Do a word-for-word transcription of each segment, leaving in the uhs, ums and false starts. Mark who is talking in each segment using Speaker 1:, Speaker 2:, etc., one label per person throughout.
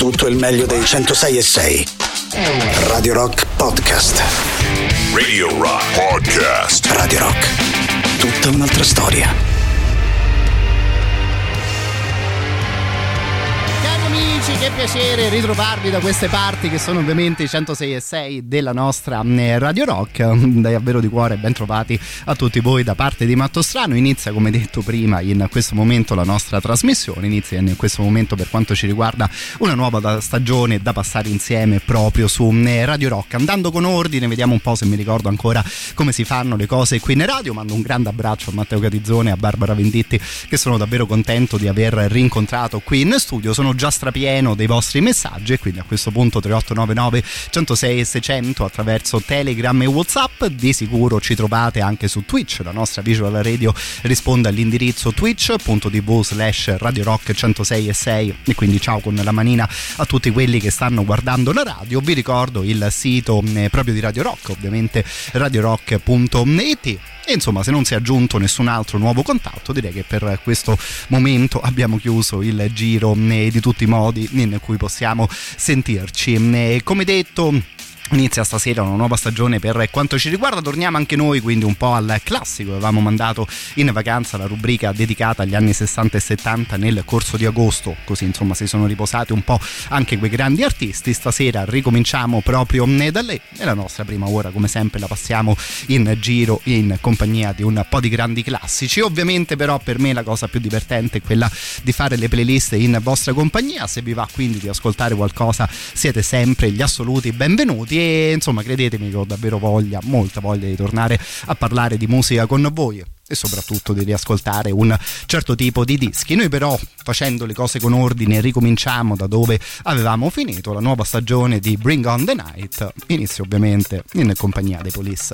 Speaker 1: tutto il meglio dei centosei e sei. Radio Rock Podcast.
Speaker 2: Radio Rock Podcast.
Speaker 1: Radio Rock. Tutta un'altra storia.
Speaker 3: Amici, che piacere ritrovarvi da queste parti che sono ovviamente i centosei e sei della nostra Radio Rock. Davvero di cuore ben trovati a tutti voi da parte di Matto Strano. Inizia, come detto prima, in questo momento la nostra trasmissione, inizia in questo momento per quanto ci riguarda una nuova stagione da passare insieme proprio su Radio Rock. Andando con ordine, vediamo un po' se mi ricordo ancora come si fanno le cose qui in radio. Mando un grande abbraccio a Matteo Catizzone e a Barbara Venditti, che sono davvero contento di aver rincontrato qui in studio. Sono già strapieno dei vostri messaggi e quindi a questo punto tre otto nove nove centosei e seicento attraverso Telegram e WhatsApp. Di sicuro ci trovate anche su Twitch, la nostra visual radio risponde all'indirizzo twitch.tv slash Radio Rock centosei e sei, e quindi ciao con la manina a tutti quelli che stanno guardando la radio. Vi ricordo il sito eh, proprio di Radio Rock, ovviamente radio rock punto it. E insomma, se non si è aggiunto nessun altro nuovo contatto, direi che per questo momento abbiamo chiuso il giro eh, di tutti i modi in cui possiamo sentirci. Eh, come detto, inizia stasera una nuova stagione per quanto ci riguarda, torniamo anche noi quindi un po' al classico. Avevamo mandato in vacanza la rubrica dedicata agli anni sessanta e settanta nel corso di agosto, così insomma si sono riposati un po' anche quei grandi artisti. Stasera ricominciamo proprio da lei e la nostra prima ora come sempre la passiamo in giro in compagnia di un po' di grandi classici. Ovviamente però per me la cosa più divertente è quella di fare le playlist in vostra compagnia. Se vi va quindi di ascoltare qualcosa siete sempre gli assoluti benvenuti. E insomma, credetemi che ho davvero voglia, molta voglia di tornare a parlare di musica con voi e soprattutto di riascoltare un certo tipo di dischi. Noi però, facendo le cose con ordine, ricominciamo da dove avevamo finito. La nuova stagione di Bring on the Night inizia ovviamente in compagnia dei Police.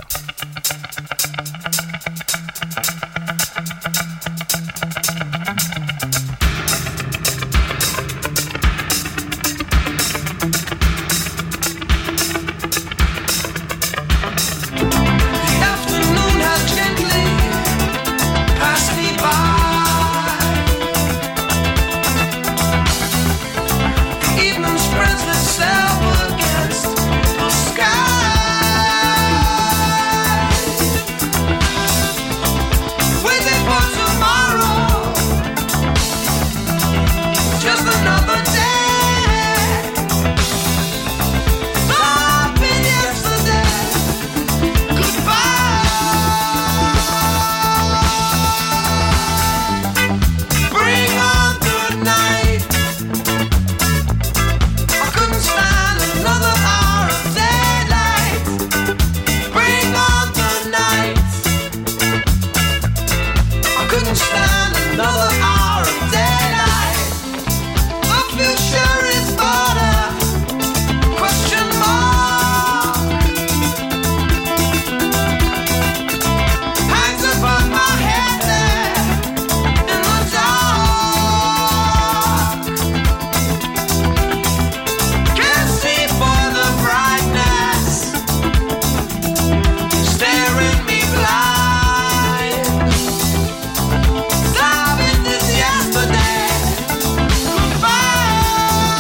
Speaker 4: Diving this yesterday. Goodbye.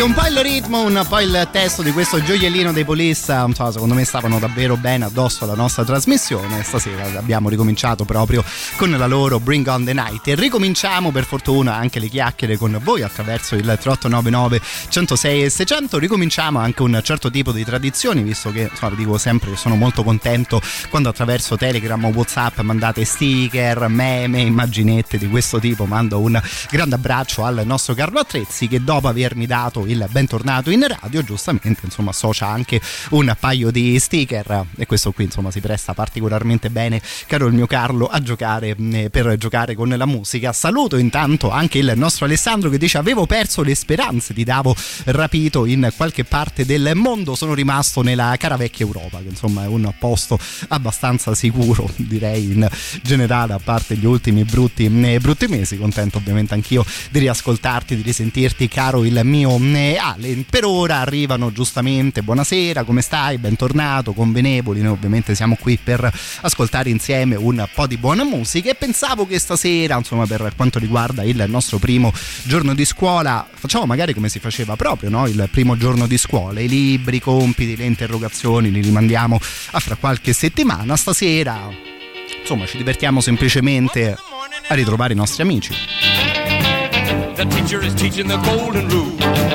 Speaker 3: un po' il ritmo, un po' il testo di questo gioiellino dei Police, insomma, secondo me stavano davvero bene addosso alla nostra trasmissione. Stasera abbiamo ricominciato proprio con la loro Bring on the Night e ricominciamo per fortuna anche le chiacchiere con voi attraverso il tre otto nove nove centosei e seicento. Ricominciamo anche un certo tipo di tradizioni, visto che insomma, vi dico sempre che sono molto contento quando attraverso Telegram o WhatsApp mandate sticker, meme, immaginette di questo tipo. Mando un grande abbraccio al nostro Carlo Attrezzi, che dopo avermi dato il bentornato in radio giustamente insomma associa anche un paio di sticker, e questo qui insomma si presta particolarmente bene, caro il mio Carlo, a giocare eh, per giocare con la musica. Saluto intanto anche il nostro Alessandro che dice: avevo perso le speranze, ti davo rapito in qualche parte del mondo, sono rimasto nella cara vecchia Europa, che insomma è un posto abbastanza sicuro direi in generale, a parte gli ultimi brutti, eh, brutti mesi. Contento ovviamente anch'io di riascoltarti, di risentirti, caro il mio eh, Ale. Per ora arrivano giustamente buonasera, come stai, bentornato, convenevoli. Noi ovviamente siamo qui per ascoltare insieme un po' di buona musica e pensavo che stasera insomma per quanto riguarda il nostro primo giorno di scuola facciamo magari come si faceva proprio, no? Il primo giorno di scuola, i libri, i compiti, le interrogazioni li rimandiamo a fra qualche settimana. Stasera insomma ci divertiamo semplicemente a ritrovare i nostri amici.
Speaker 4: The teacher is teaching the golden rule,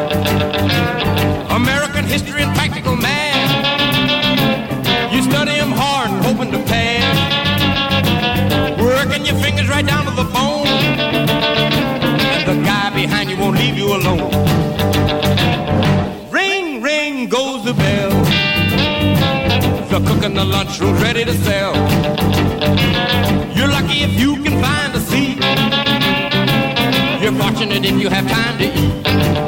Speaker 4: American history and practical math. You study them hard and hoping to pass, working your fingers right down to the bone, and the guy behind you won't leave you alone. Ring, ring goes the bell, the cook in the lunchroom's ready to sell. You're lucky if you can find a seat, you're fortunate if you have time to eat.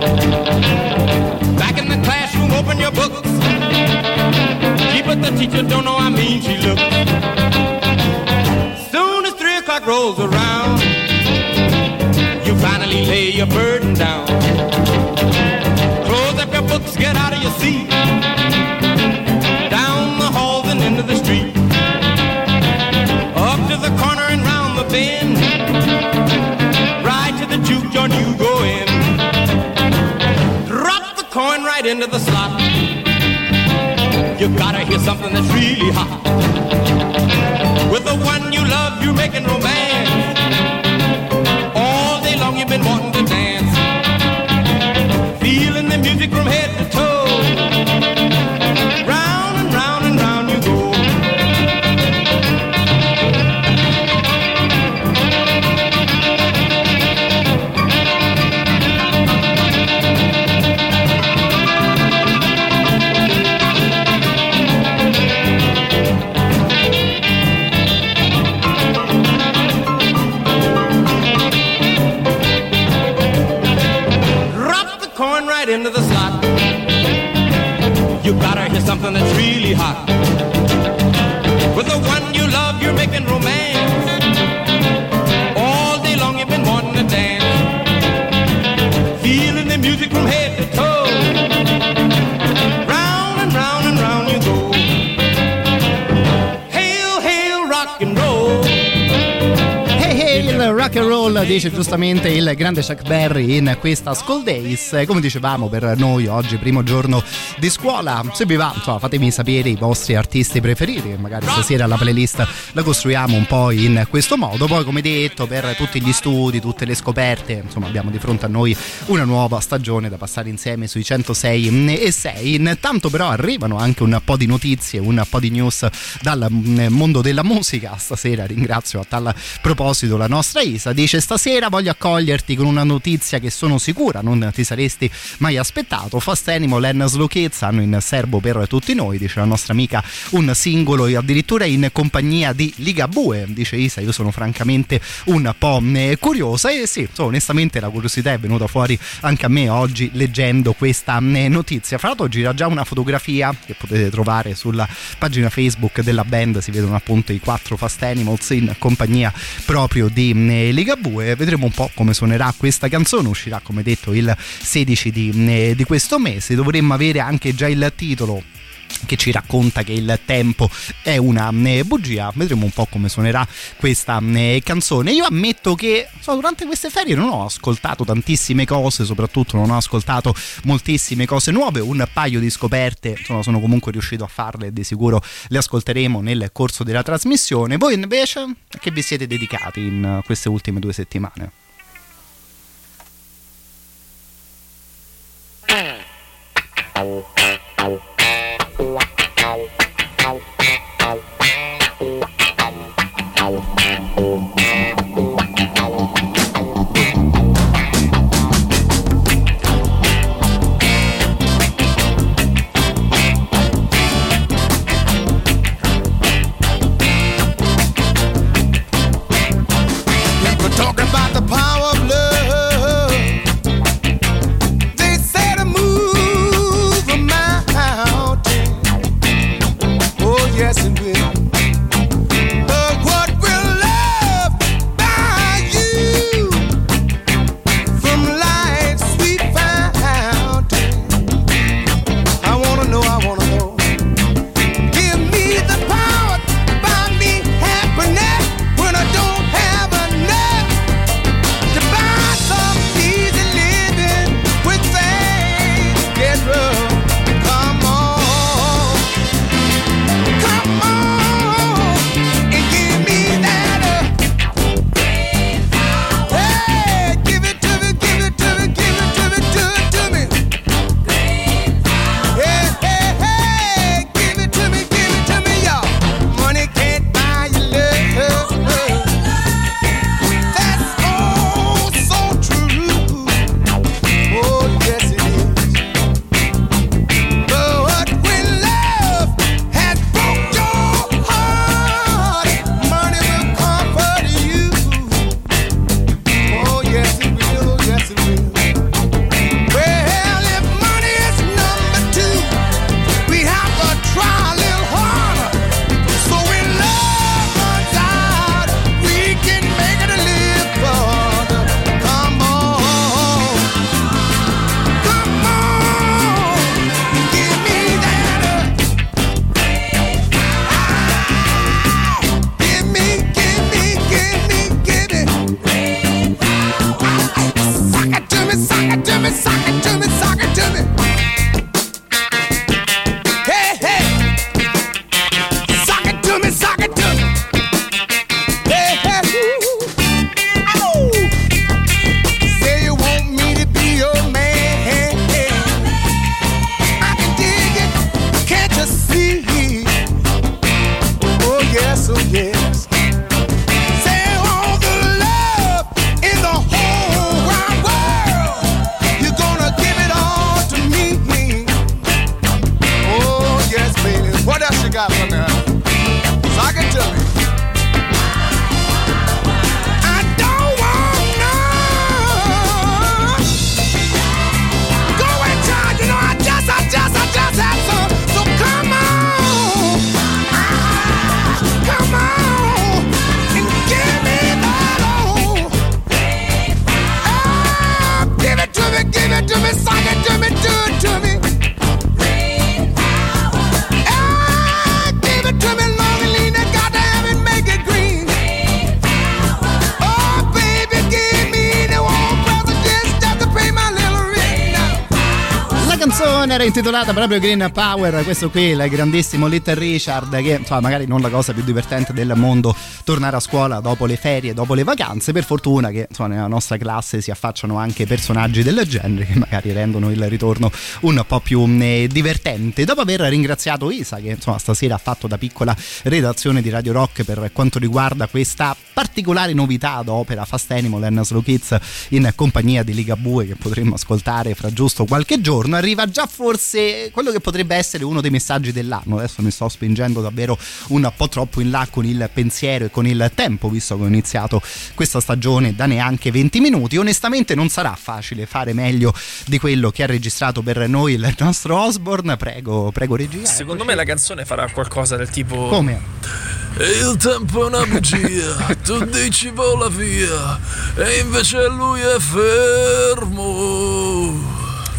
Speaker 4: Back in the classroom, open your books, gee, but the teacher don't know how mean she looks. Soon as three o'clock rolls around, you finally lay your burden down. Close up your books, get out of your seat, down the halls and into the street, up to the corner and round the bend, right to the juke joint you go in. Drop the coin right into the slot, you gotta hear something that's really hot. With the one you love, you're making romance, all day long you've been wanting to dance, feeling the music from head to toe, round and round and round you go. Into the slot, you gotta hear something that's really hot. With the one you love, you're making romance, all day long you've been wanting to dance, feeling the music from head to toe, round and round and round you go. Hail, hail, rock and roll.
Speaker 3: Il rock and roll, dice giustamente il grande Chuck Berry in questa School Days. Come dicevamo, per noi oggi primo giorno di scuola. Se vi va, insomma, fatemi sapere i vostri artisti preferiti, magari stasera la playlist la costruiamo un po' in questo modo. Poi, come detto, per tutti gli studi, tutte le scoperte, insomma, abbiamo di fronte a noi una nuova stagione da passare insieme sui centosei e sei. Intanto però arrivano anche un po' di notizie, un po' di news dal mondo della musica. Stasera ringrazio a tal proposito la nostra Isa, dice: stasera voglio accoglierti con una notizia che sono sicura non ti saresti mai aspettato. Fast Animal and Slow Kids hanno in serbo per tutti noi, dice la nostra amica, un singolo e addirittura in compagnia di Ligabue. Dice Isa: io sono francamente un po' curiosa. E sì, so, onestamente la curiosità è venuta fuori anche a me oggi leggendo questa notizia. Fra l'altro gira già una fotografia che potete trovare sulla pagina Facebook della band, si vedono appunto i quattro Fast Animals in compagnia proprio di Ligabue. Vedremo un po' come suonerà questa canzone, uscirà come detto il sedici di, di questo mese. Dovremmo avere anche già il titolo che ci racconta che il tempo è una bugia. Vedremo un po' come suonerà questa canzone. Io ammetto che so, durante queste ferie non ho ascoltato tantissime cose, soprattutto non ho ascoltato moltissime cose nuove. Un paio di scoperte insomma, sono comunque riuscito a farle e di sicuro le ascolteremo nel corso della trasmissione. Voi invece a che vi siete dedicati in queste ultime due settimane? Era intitolata proprio Green Power, questo qui, il grandissimo Little Richard, che insomma magari non la cosa più divertente del mondo tornare a scuola dopo le ferie, dopo le vacanze. Per fortuna che insomma nella nostra classe si affacciano anche personaggi del genere che magari rendono il ritorno un po' più eh, divertente. Dopo aver ringraziato Isa che insomma stasera ha fatto da piccola redazione di Radio Rock per quanto riguarda questa particolare novità d'opera Fast Animal and Slow Kids in compagnia di Ligabue, che potremmo ascoltare fra giusto qualche giorno, arriva già forse quello che potrebbe essere uno dei messaggi dell'anno. Adesso mi sto spingendo davvero un po' troppo in là con il pensiero e con il tempo, visto che ho iniziato questa stagione da neanche venti minuti. Onestamente non sarà facile fare meglio di quello che ha registrato per noi il nostro Osborne. Prego, prego regia.
Speaker 5: Secondo me la canzone farà qualcosa del tipo:
Speaker 3: come?
Speaker 6: Il tempo è una bugia, tu dici vola via, e invece lui è fermo.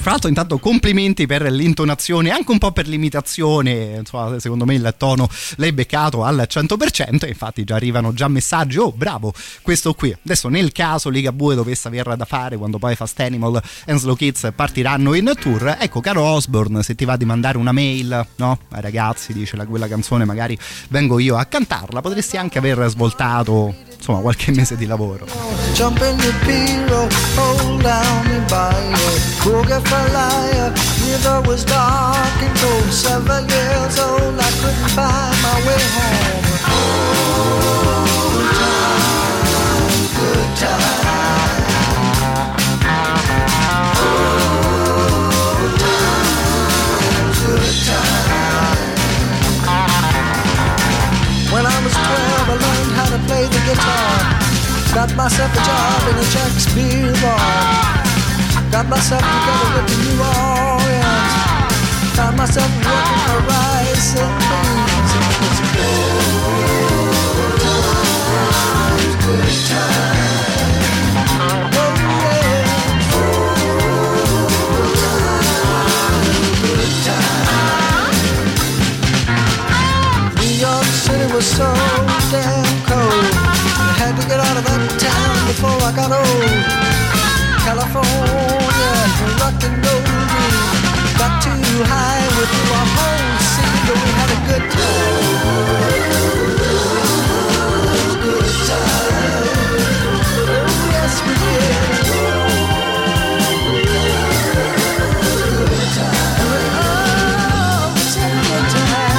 Speaker 3: Fra l'altro intanto complimenti per l'intonazione, anche un po' per l'imitazione, insomma secondo me il tono l'hai beccato al cento per cento, e infatti già arrivano già messaggi, oh bravo questo qui. Adesso nel caso Ligabue dovesse aver da fare quando poi Fast Animal e Slow Kids partiranno in tour, ecco caro Osborne, se ti va di mandare una mail, no? Ai ragazzi, dice la, quella canzone magari vengo io a cantarla, potresti anche aver svoltato insomma qualche mese di lavoro.
Speaker 7: Jump in the Piro, hold down the bayou, Cougar for liar, river was dark and cold, seven years old, I couldn't find my way home. Old times, good times. Old times, good times. When I was twelve, I learned how to play the guitar. Got myself a job in a Shakespeare bar. Got myself together with the New Orleans. Found myself working for rice and beans. It was good times, good times. Oh yeah. Good times, good times. New York City was so damn cold. Had to get out of that town before I got old. California, rock and roll dream. Got too high with our whole scene, but we had a good time. Good time. Oh, yes, we did. Good time. Oh, we had a good time.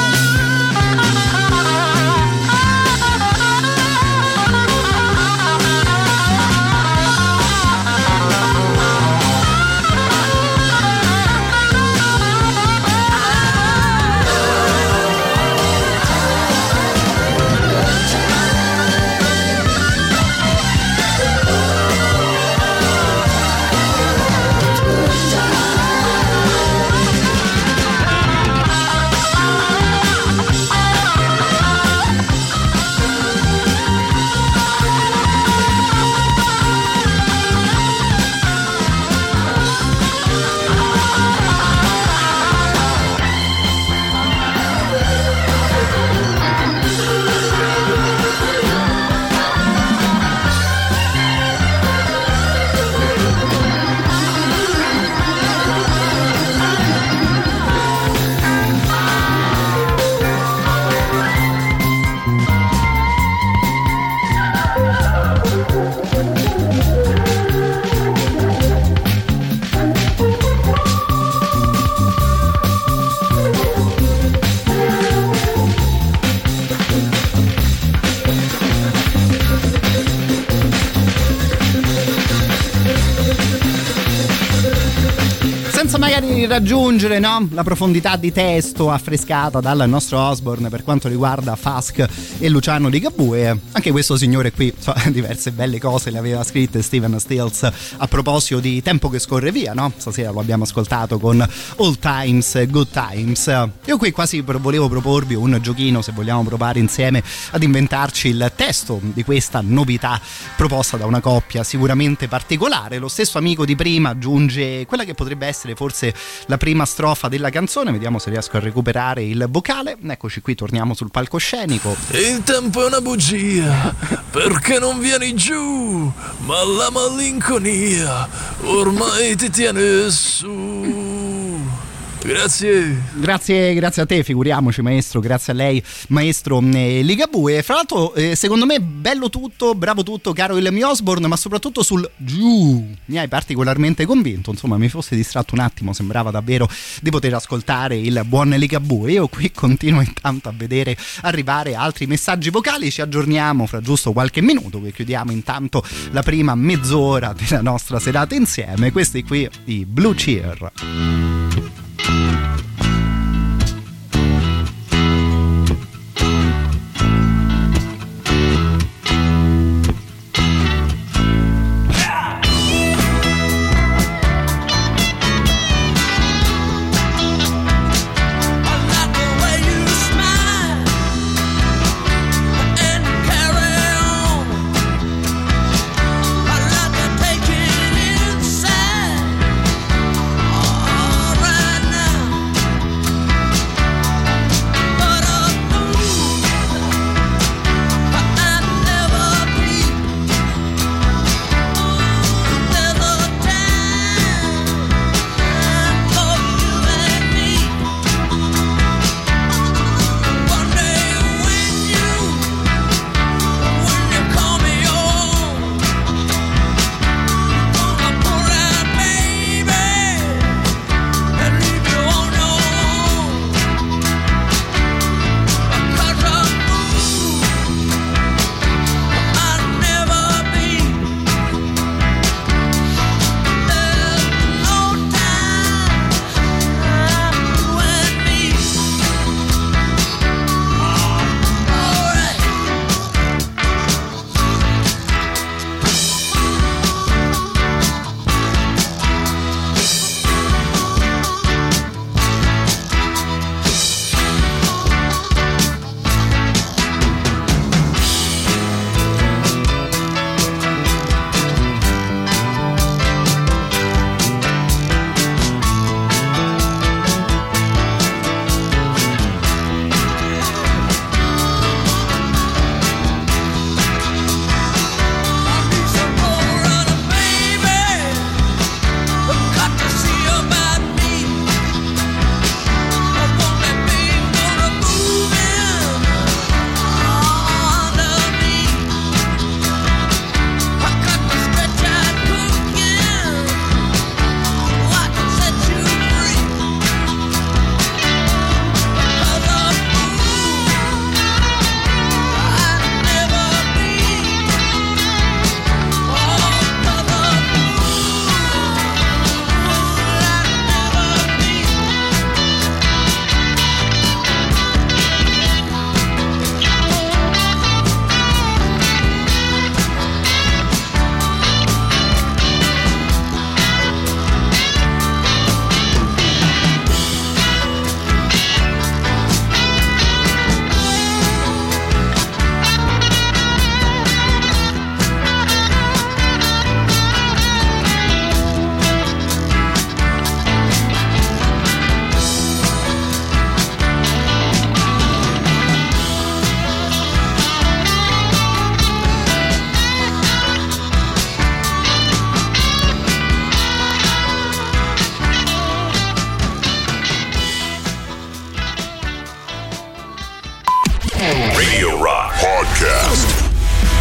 Speaker 3: Magari raggiungere, no? La profondità di testo affrescata dal nostro Osborne per quanto riguarda Fask e Luciano Ligabue. Anche questo signore qui, so, diverse belle cose le aveva scritte Steven Stills a proposito di Tempo che scorre via, no? Stasera lo abbiamo ascoltato con All Times, Good Times. Io qui quasi volevo proporvi un giochino, se vogliamo provare insieme ad inventarci il testo di questa novità proposta da una coppia sicuramente particolare. Lo stesso amico di prima aggiunge quella che potrebbe essere forse la prima strofa della canzone, vediamo se riesco a recuperare il vocale. Eccoci qui, torniamo sul palcoscenico.
Speaker 6: Il tempo è una bugia, perché non vieni giù, ma la malinconia ormai ti tiene su. Grazie.
Speaker 3: Grazie, grazie a te, figuriamoci maestro, grazie a lei maestro eh, Ligabue. Fra l'altro eh, secondo me bello tutto, bravo tutto caro il mio Osborne, ma soprattutto sul giù mi hai particolarmente convinto, insomma mi fosse distratto un attimo, sembrava davvero di poter ascoltare il buon Ligabue. Io qui continuo intanto a vedere arrivare altri messaggi vocali, ci aggiorniamo fra giusto qualche minuto che chiudiamo intanto la prima mezz'ora della nostra serata insieme. Questi qui i Blue Cheer.
Speaker 8: Inside
Speaker 2: Podcast.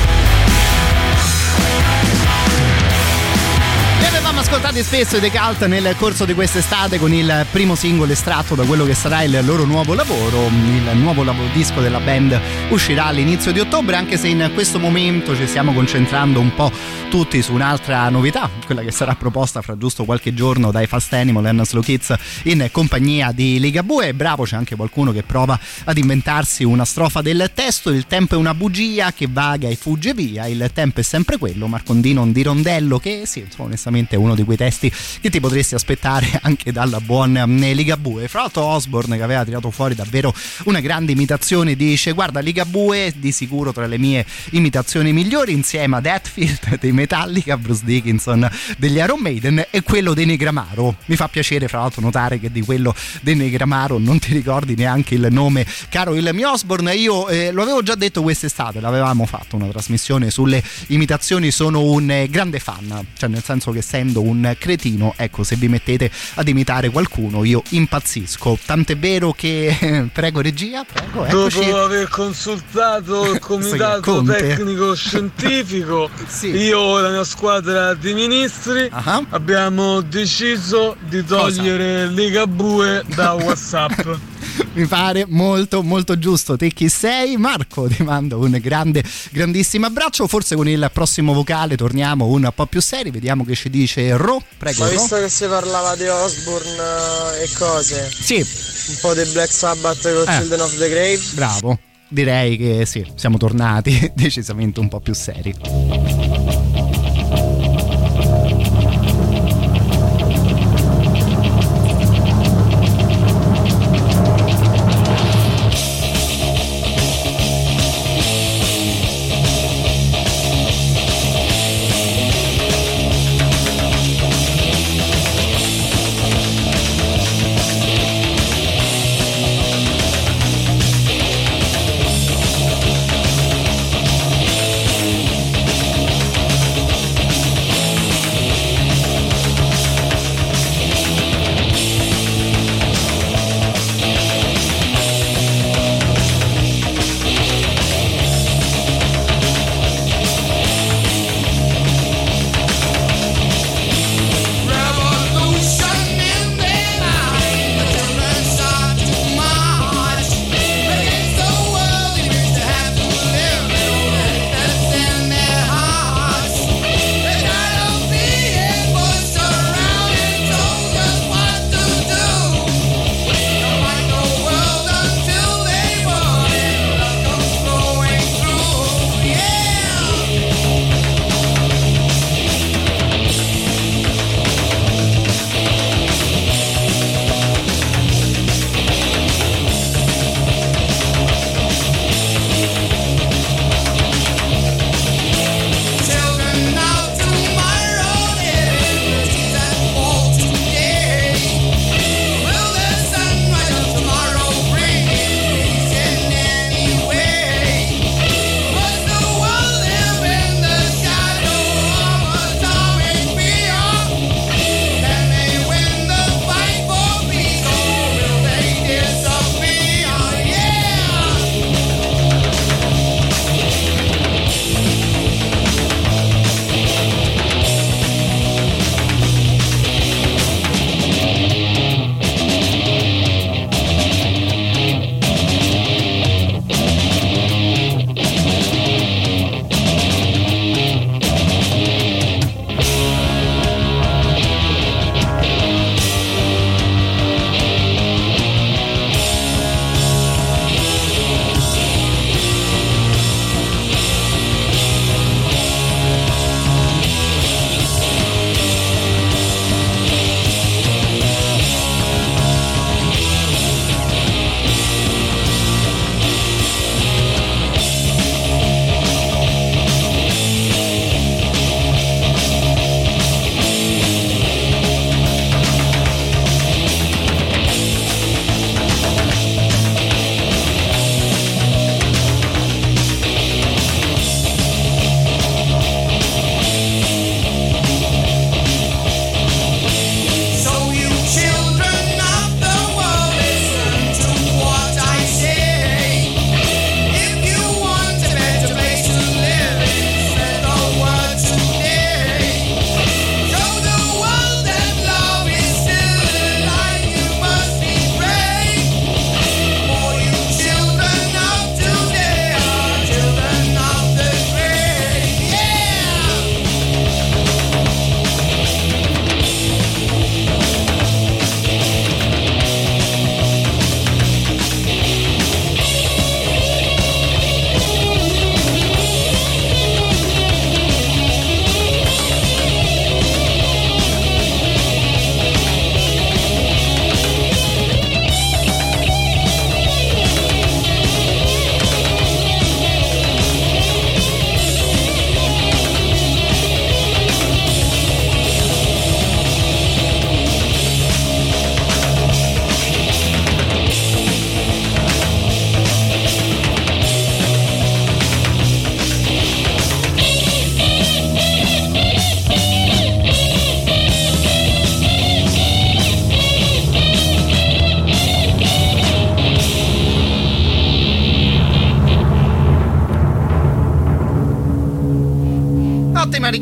Speaker 3: Li avevamo ascoltati spesso i The Cult nel corso di quest'estate con il primo singolo estratto da quello che sarà il loro nuovo lavoro. Il nuovo lavoro disco della band uscirà all'inizio di ottobre, anche se in questo momento ci stiamo concentrando un po' tutti su un'altra novità, quella che sarà proposta fra giusto qualche giorno dai Fast Animal and Slow Kids in compagnia di Ligabue. Bravo, c'è anche qualcuno che prova ad inventarsi una strofa del testo. Il tempo è una bugia che vaga e fugge via, il tempo è sempre quello, Marcondino un dirondello, che sì, insomma, onestamente è uno di quei testi che ti potresti aspettare anche dalla buon Ligabue. Fra l'altro Osborne, che aveva tirato fuori davvero una grande imitazione, dice: guarda, Ligabue di sicuro tra le mie imitazioni migliori, insieme ad Hetfield dei Metallica, Bruce Dickinson degli Iron Maiden e quello dei Negramaro. Mi fa piacere fra l'altro notare che di quello dei Negramaro non ti ricordi neanche il nome, caro il mio Osborne. Io eh, lo avevo già detto quest'estate, l'avevamo fatto una trasmissione sulle imitazioni, sono un eh, grande fan, cioè nel senso che essendo un cretino, ecco, se vi mettete ad imitare qualcuno io impazzisco, tant'è vero che eh, prego regia, prego, eccoci.
Speaker 8: Dopo aver consultato il comitato tecnico scientifico, sì, io e la mia squadra di ministri uh-huh. abbiamo deciso di togliere Cosa? Ligabue da WhatsApp.
Speaker 3: Mi pare molto molto giusto. Te chi sei? Marco, ti mando un grande grandissimo abbraccio. Forse con il prossimo vocale torniamo un po' più seri, vediamo che ci dice Ro. Prego.
Speaker 9: Ma visto
Speaker 3: Ro.
Speaker 9: che si parlava di Osborne uh, e cose,
Speaker 3: sì,
Speaker 9: un po' di Black Sabbath con
Speaker 3: eh.
Speaker 9: Children of the Grave.
Speaker 3: Bravo, direi che sì, siamo tornati decisamente un po' più seri.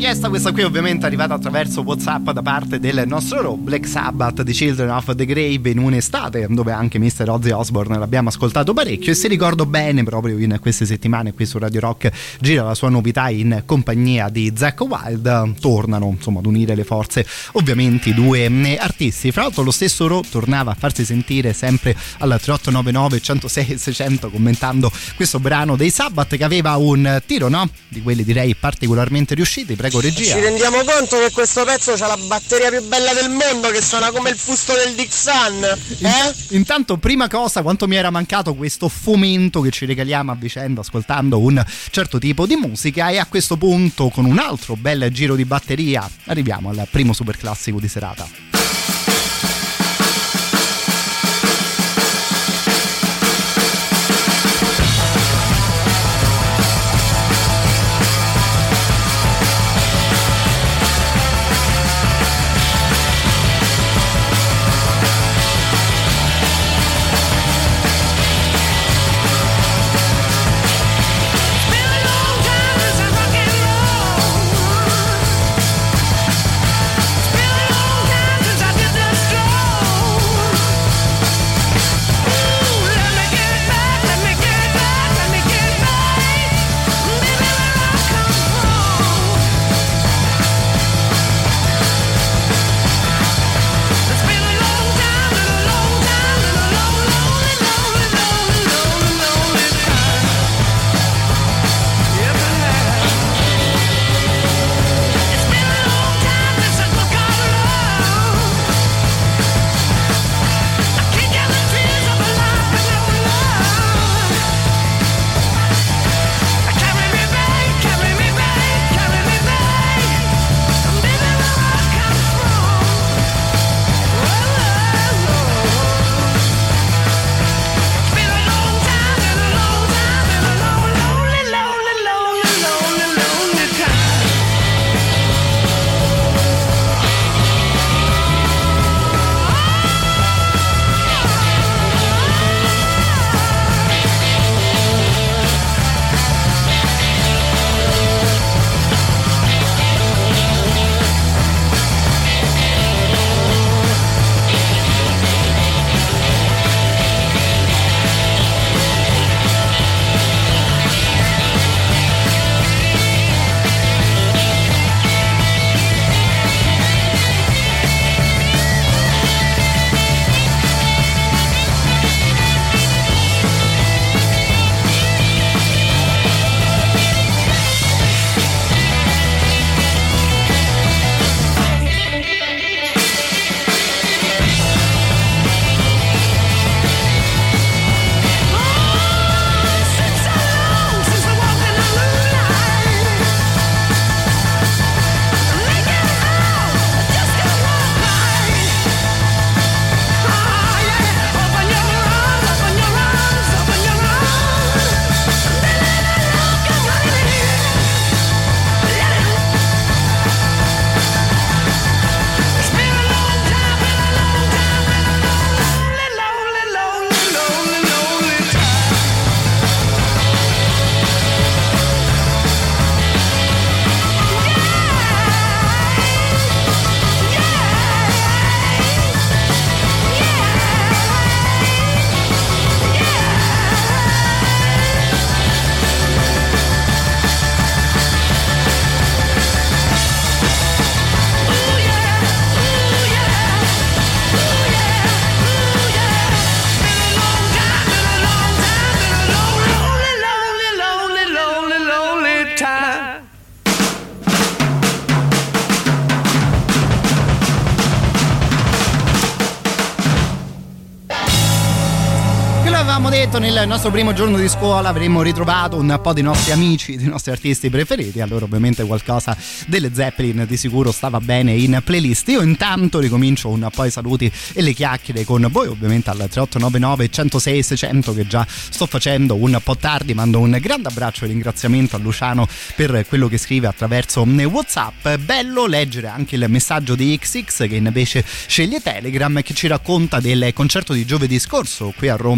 Speaker 3: richiesta questa qui ovviamente è arrivata attraverso WhatsApp da parte del nostro Ro, Black Sabbath di Children of the Grave, in un'estate dove anche mister Ozzy Osbourne l'abbiamo ascoltato parecchio, e se ricordo bene proprio in queste settimane qui su Radio Rock gira la sua novità in compagnia di Zakk Wylde. Tornano insomma ad unire le forze ovviamente i due artisti. Fra l'altro lo stesso Ro tornava a farsi sentire sempre al tre otto nove nove uno zero sei seicento commentando questo brano dei Sabbath, che aveva un tiro, no? Di quelli direi particolarmente riusciti. Prego regia.
Speaker 9: Ci rendiamo conto che questo pezzo c'ha la batteria più bella del mondo, che suona come il fusto del Dixon, eh?
Speaker 3: Intanto, prima cosa, quanto mi era mancato questo fomento che ci regaliamo a vicenda ascoltando un certo tipo di musica, e a questo punto con un altro bel giro di batteria arriviamo al primo super classico di serata. detto, nel nostro primo giorno di scuola avremmo ritrovato un po' dei nostri amici, dei nostri artisti preferiti. Allora ovviamente qualcosa delle Zeppelin di sicuro stava bene in playlist. Io intanto ricomincio un po' i saluti e le chiacchiere con voi, ovviamente al tre otto nove nove uno zero sei seicento, che già sto facendo un po' tardi. Mando un grande abbraccio e ringraziamento a Luciano per quello che scrive attraverso WhatsApp. Bello leggere anche il messaggio di X X, che invece sceglie Telegram, che ci racconta del concerto di giovedì scorso qui a Roma,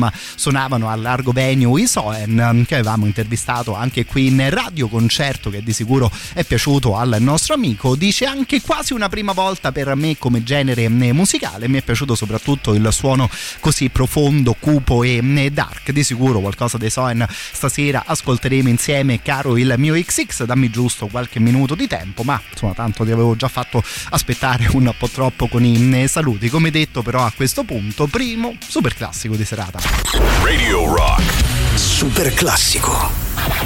Speaker 3: suonavano al Largo Venue i Soen, che avevamo intervistato anche qui in radio, concerto che di sicuro è piaciuto al nostro amico. Dice anche quasi una prima volta per me come genere musicale, mi è piaciuto soprattutto il suono così profondo, cupo e dark. Di sicuro qualcosa dei Soen stasera ascolteremo insieme, caro il mio X X. Dammi giusto qualche minuto di tempo, ma insomma tanto ti avevo già fatto aspettare un po' troppo con i saluti. Come detto, però, a questo punto primo super classico di serata.
Speaker 2: Radio Rock
Speaker 1: super classico.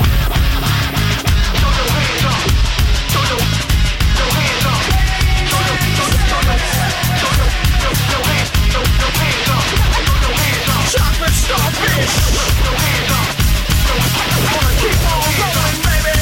Speaker 10: Chocolate starfish. Wanna keep on going, baby.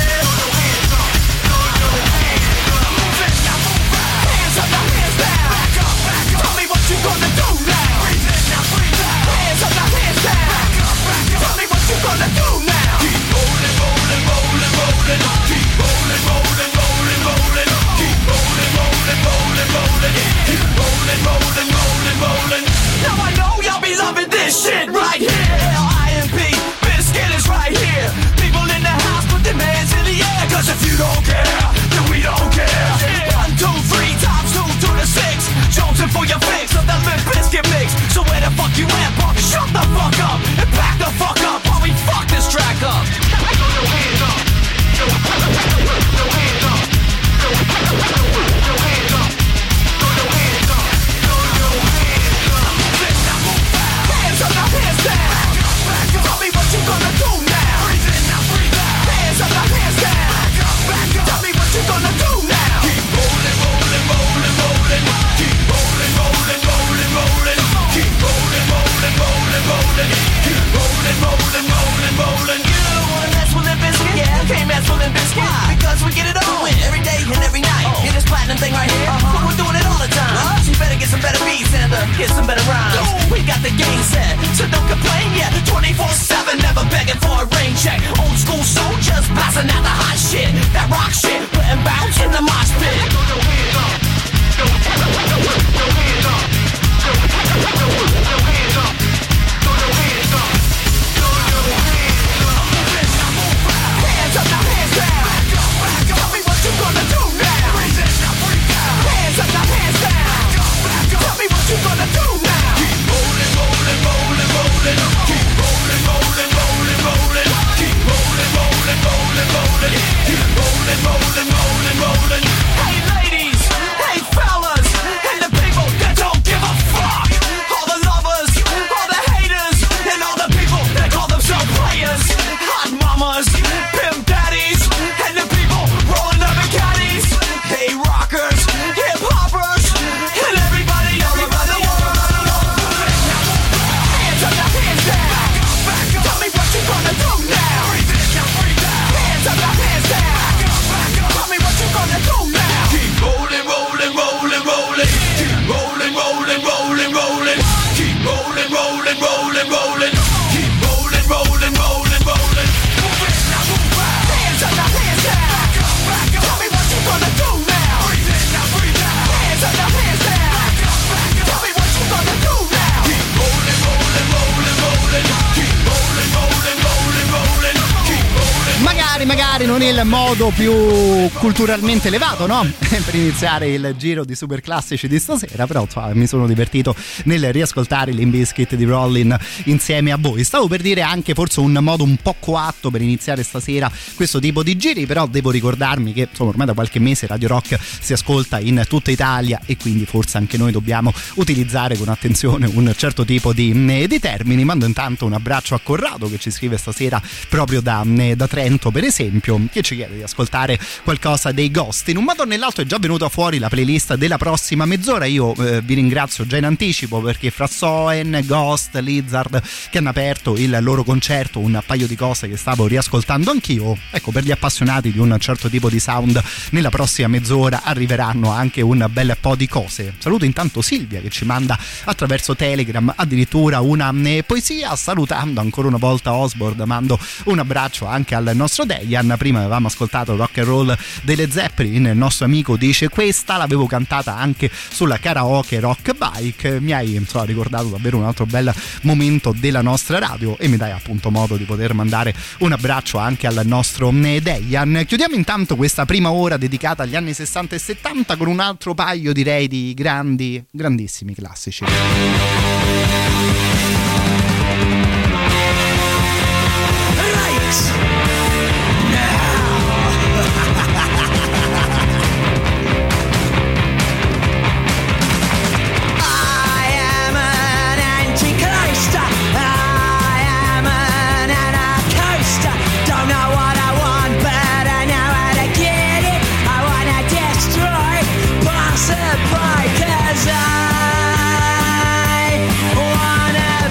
Speaker 10: Move it, now move out. Hands up, now hands down. Back up, back up. Tell me what you gonna do now. Breathe in, now breathe out. Hands up, now hands down. Back up, back up. Tell me what you gonna do now. Keep rolling, rolling, rolling, rolling. Keep rolling, rolling, rolling, rolling. Keep rolling, rolling, rolling, rolling. Keep rolling, rolling, rolling, rolling. Now I know y'all be loving this shit right here. L I M P, Biscuit is right here. People in the house put their hands in the air. Cause if you don't care, then we don't care. One, two, three, times two to the six. Jonesing for your fix of that Limp Bizkit mix. So where the fuck you at, punk? Shut the fuck up and back the fuck up while we fuck this track up. Throw your hands up. Throw your hands up. Throw your hands up. Throw your hands up. Hands up, now hands down. Back up, tell me what you gonna do now. Breathe in, now breathe out. Hands up, now hands down. Back up, back up, tell me what you gonna do now. Keep rolling, rolling, rolling, rolling. Keep rolling, rolling, rolling, rolling. Keep rolling, rolling, rolling, rolling. Keep rolling, rolling, rolling, rolling. You don't wanna mess with Limp Bizkit? Yeah, can't mess with Limp Bizkit. Why? Because we get it on every day and every night. Oh. Hear this platinum thing right here? Uh-huh. We're doing it all the time. What? So you better get some better beats and uh, get some better rhymes. Ooh. We got the game set, so don't complain yet. twenty-four seven, never begging for a rain check. Old school soldiers blasting out the hot shit. That rock shit, putting bounce in the mosh pit. Throw your hands up. Throw your hands up. Throw your hands up. Throw your hands up. Throw your hands up. Move it, now move out. Hands up, now hands down. Back up, back up. Tell me what you gonna do now. Breathe in, now breathe out. Hands up, now hands down. Back up, back up. Tell me what you gonna do now. Keep rolling, rolling, rolling, rolling. Keep rolling, rolling, rolling, rolling. Keep rolling, rolling, rolling, rolling. Keep rolling, rolling, rolling, rolling. Hey ladies, hey fellas, and the people that don't give a fuck. All the lovers, all the haters, and all the people that call themselves players. Hot mamas, pimp daddies, and the people rolling up in caddies. Hey rockers, hip hoppers, and everybody all around the world. Hands up, now hands down. Back up, tell me what you gonna do now. Breathe in, now breathe out. Hands up, now hands down. Back up, back up. Tell me what you gonna do now. Keep rolling, rolling, rolling, rolling. Keep rolling, rolling, rolling, rolling. Keep rolling, rolling, rolling, rolling. Keep rolling, rolling, rolling, rolling. Move it, now move out. Hands up, now hands down. Back up, back up. Tell me what you gonna do now. Breathe in, now breathe out. Hands up, now hands down. Back up, back up. Tell me what you gonna do now. Keep rolling, rolling, rolling, rolling. Keep rolling, rolling, rolling, rolling. Keep rolling.
Speaker 3: Magari, magari non il modo più culturalmente elevato, no? Per iniziare il giro di super classici di stasera, però insomma, mi sono divertito nel riascoltare Limp Bizkit di Rollin' insieme a voi. Stavo per dire anche forse un modo un po' coatto per iniziare stasera questo tipo di giri, però devo ricordarmi che insomma ormai da qualche mese Radio Rock si ascolta in tutta Italia e quindi forse anche noi dobbiamo utilizzare con attenzione un certo tipo di, di termini. Mando intanto un abbraccio a Corrado che ci scrive stasera proprio da, da Trento, per esempio, che ci chiede di ascoltare qualcosa dei Ghost. In un modo o nell'altro è già venuta fuori la playlist della prossima mezz'ora. Io eh, vi ringrazio già in anticipo perché fra Soen, Ghost, Lizard che hanno aperto il loro concerto, un paio di cose che stavo riascoltando anch'io. Ecco, per gli appassionati di un certo tipo di sound nella prossima mezz'ora arriveranno anche un bel po' di cose. Saluto intanto Silvia che ci manda attraverso Telegram addirittura una eh, poesia, salutando ancora una volta Osborne. Mando un abbraccio anche al nostro Dejan Prima avevamo ascoltato Rock and Roll delle Zeppelin. Il nostro amico dice: questa l'avevo cantata anche sulla karaoke Rock Bike. Mi hai insomma, ricordato davvero un altro bel momento della nostra radio e mi dai appunto modo di poter mandare un abbraccio anche al nostro Dejan. Chiudiamo intanto questa prima ora dedicata agli anni sessanta e settanta con un altro paio, direi, di grandi, grandissimi classici.
Speaker 10: Cause I wanna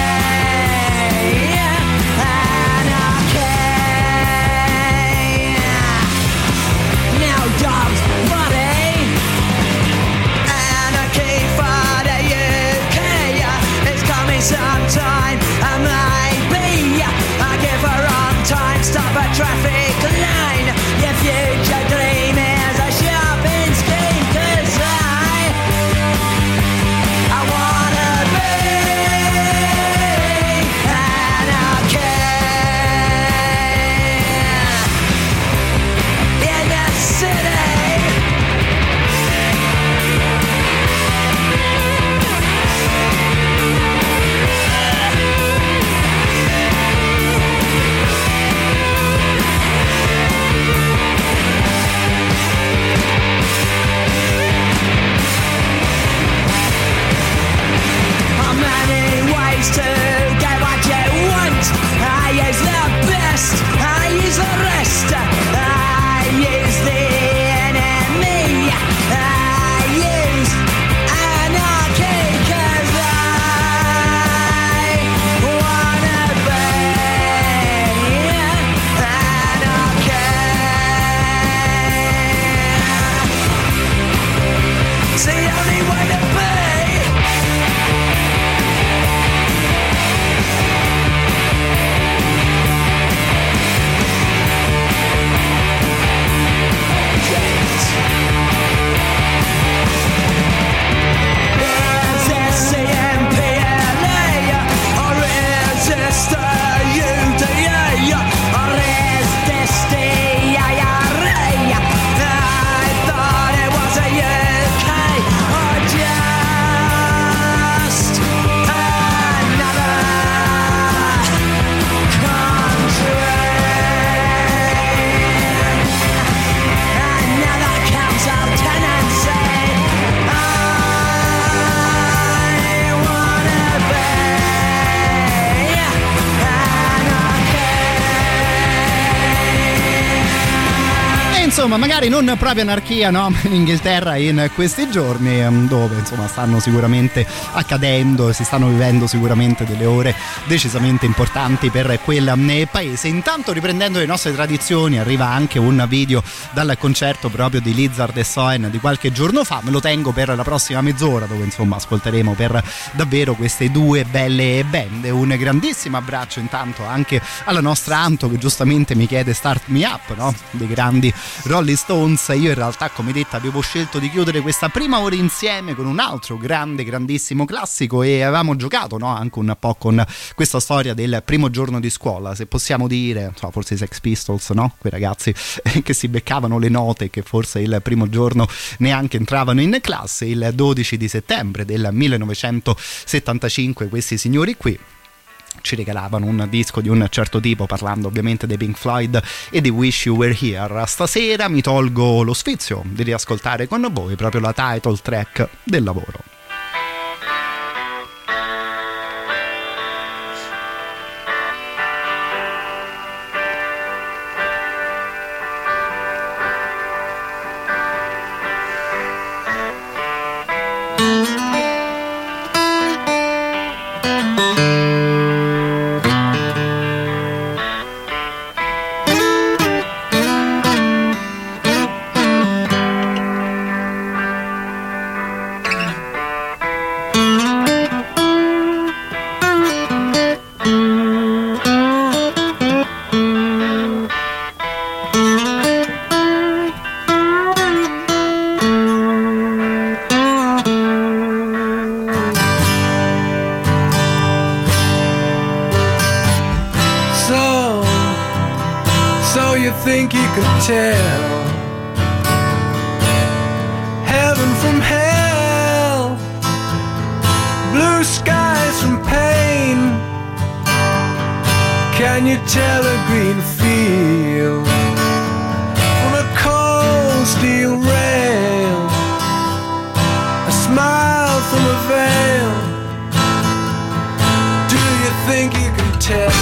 Speaker 3: insomma magari non proprio anarchia, no? In Inghilterra in questi giorni, dove insomma stanno sicuramente accadendo e si stanno vivendo sicuramente delle ore decisamente importanti per quel paese. Intanto, riprendendo le nostre tradizioni, arriva anche un video dal concerto proprio di Lizard e Soen di qualche giorno fa. Me lo tengo per la prossima mezz'ora, dove insomma ascolteremo per davvero queste due belle band. Un grandissimo abbraccio intanto anche alla nostra Anto, che giustamente mi chiede Start Me Up, no? Dei grandi Rolling Stones. Io in realtà, come detto, avevo scelto di chiudere questa prima ora insieme con un altro grande, grandissimo classico, e avevamo giocato, no? Anche un po' con questa storia del primo giorno di scuola, se possiamo dire, so, forse i Sex Pistols, no? Quei ragazzi che si beccavano le note, che forse il primo giorno neanche entravano in classe. Il dodici di settembre del millenovecentosettantacinque questi signori qui ci regalavano un disco di un certo tipo, parlando ovviamente dei Pink Floyd e di Wish You Were Here. Stasera mi tolgo lo sfizio di riascoltare con voi proprio la title track del lavoro.
Speaker 11: think you could tell heaven from hell, blue skies from pain? Can you tell a green field from a cold steel rail, a smile from a veil? Do you think you can tell?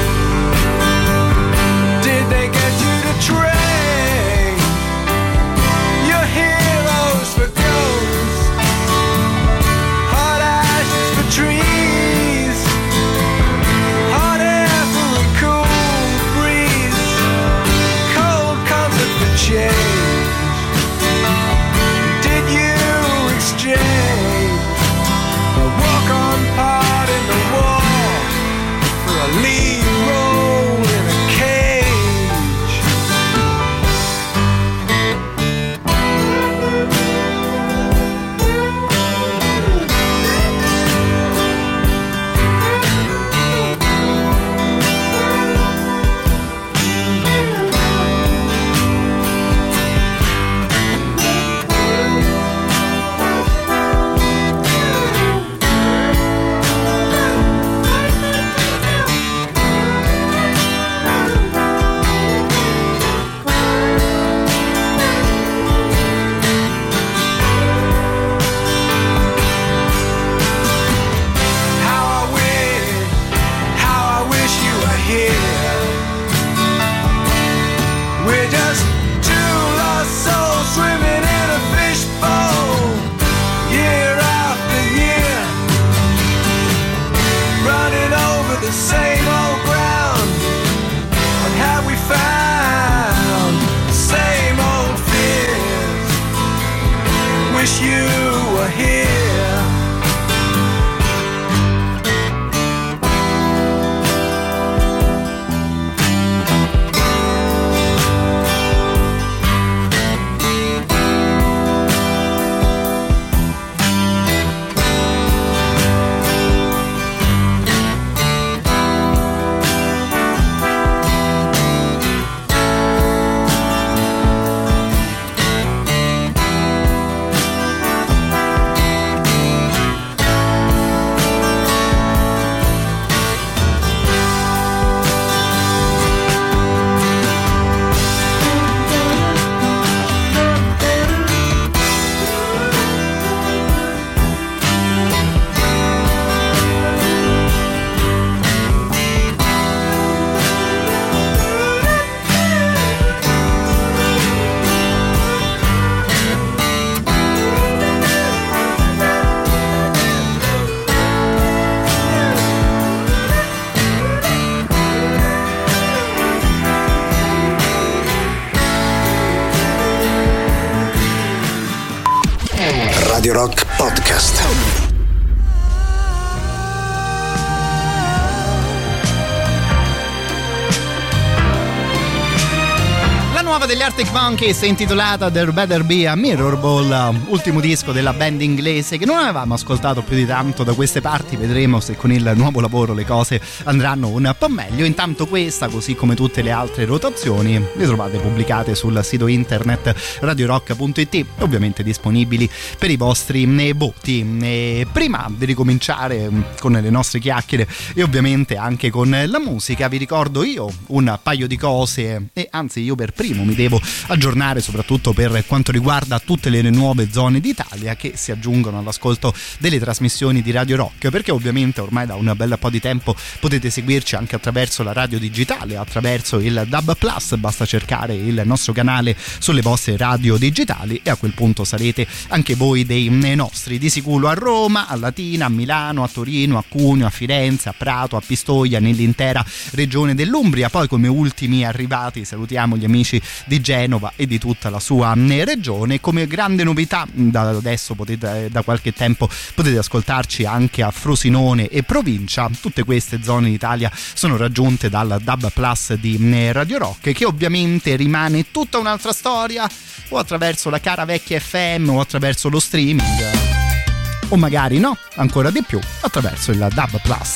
Speaker 11: Did they get you to train your heroes for ghosts, hot ashes for trees, hot air for a cool breeze, cold comfort for change? Did you exchange a walk-on part in the wall for a lead role in a cage? How I wish, how I wish you were here. We're just two lost souls swimming in a fishbowl, year after year, running over the same old ground. What have we found? Same old fears. Wish you were here.
Speaker 1: Radio Rock Podcast.
Speaker 3: Nuova degli Arctic Monkeys intitolata There Better Be a Mirror Ball, ultimo disco della band inglese che non avevamo ascoltato più di tanto da queste parti. Vedremo se con il nuovo lavoro le cose andranno un po' meglio. Intanto questa, così come tutte le altre rotazioni, le trovate pubblicate sul sito internet radiorock punto it, ovviamente disponibili per i vostri voti. E prima di ricominciare con le nostre chiacchiere e ovviamente anche con la musica, vi ricordo io un paio di cose, e anzi io per primo mi devo aggiornare soprattutto per quanto riguarda tutte le nuove zone d'Italia che si aggiungono all'ascolto delle trasmissioni di Radio Rock, perché ovviamente ormai da un bel po' di tempo potete seguirci anche attraverso la radio digitale, attraverso il D A B Plus. Basta cercare il nostro canale sulle vostre radio digitali e a quel punto sarete anche voi dei nostri. Di sicuro a Roma, a Latina, a Milano, a Torino, a Cuneo, a Firenze, a Prato, a Pistoia, nell'intera regione dell'Umbria. Poi come ultimi arrivati salutiamo gli amici di Genova e di tutta la sua regione. Come grande novità, da adesso potete, da qualche tempo potete ascoltarci anche a Frosinone e provincia. Tutte queste zone d'Italia sono raggiunte dal D A B Plus di Radio Rock, che ovviamente rimane tutta un'altra storia, o attraverso la cara vecchia F M o attraverso lo streaming, o magari no, ancora di più attraverso il D A B Plus.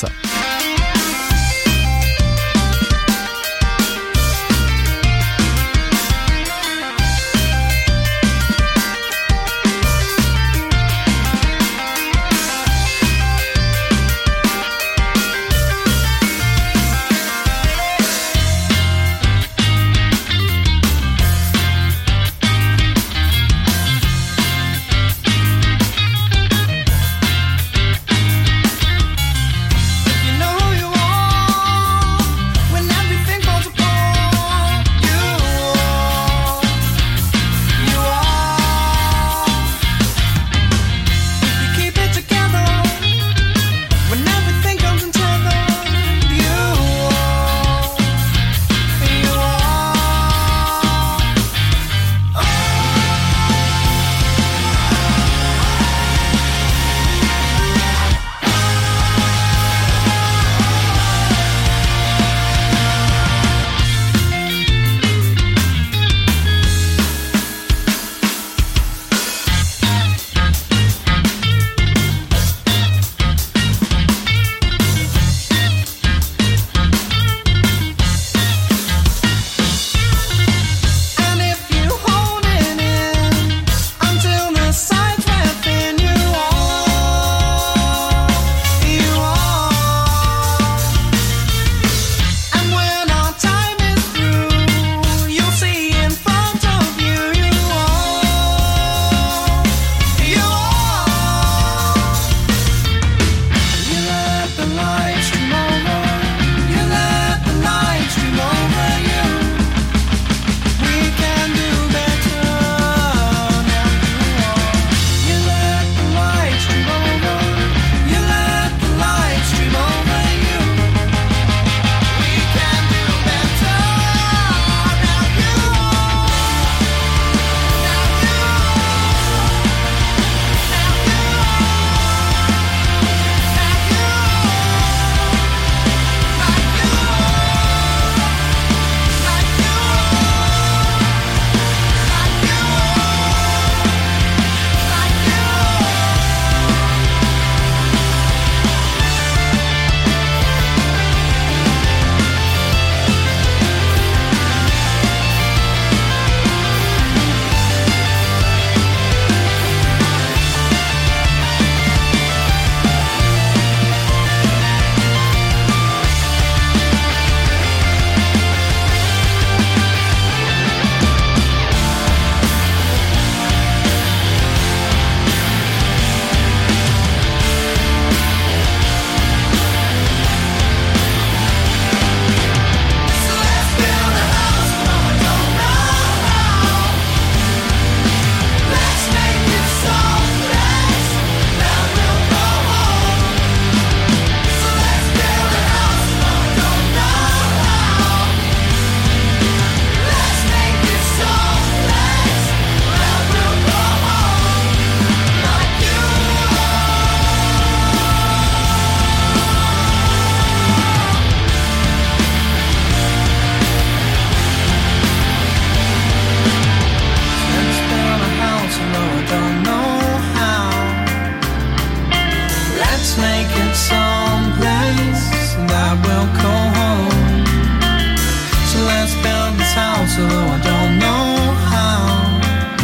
Speaker 11: Let's make it someplace that will call home. So let's build this house, although I don't know how.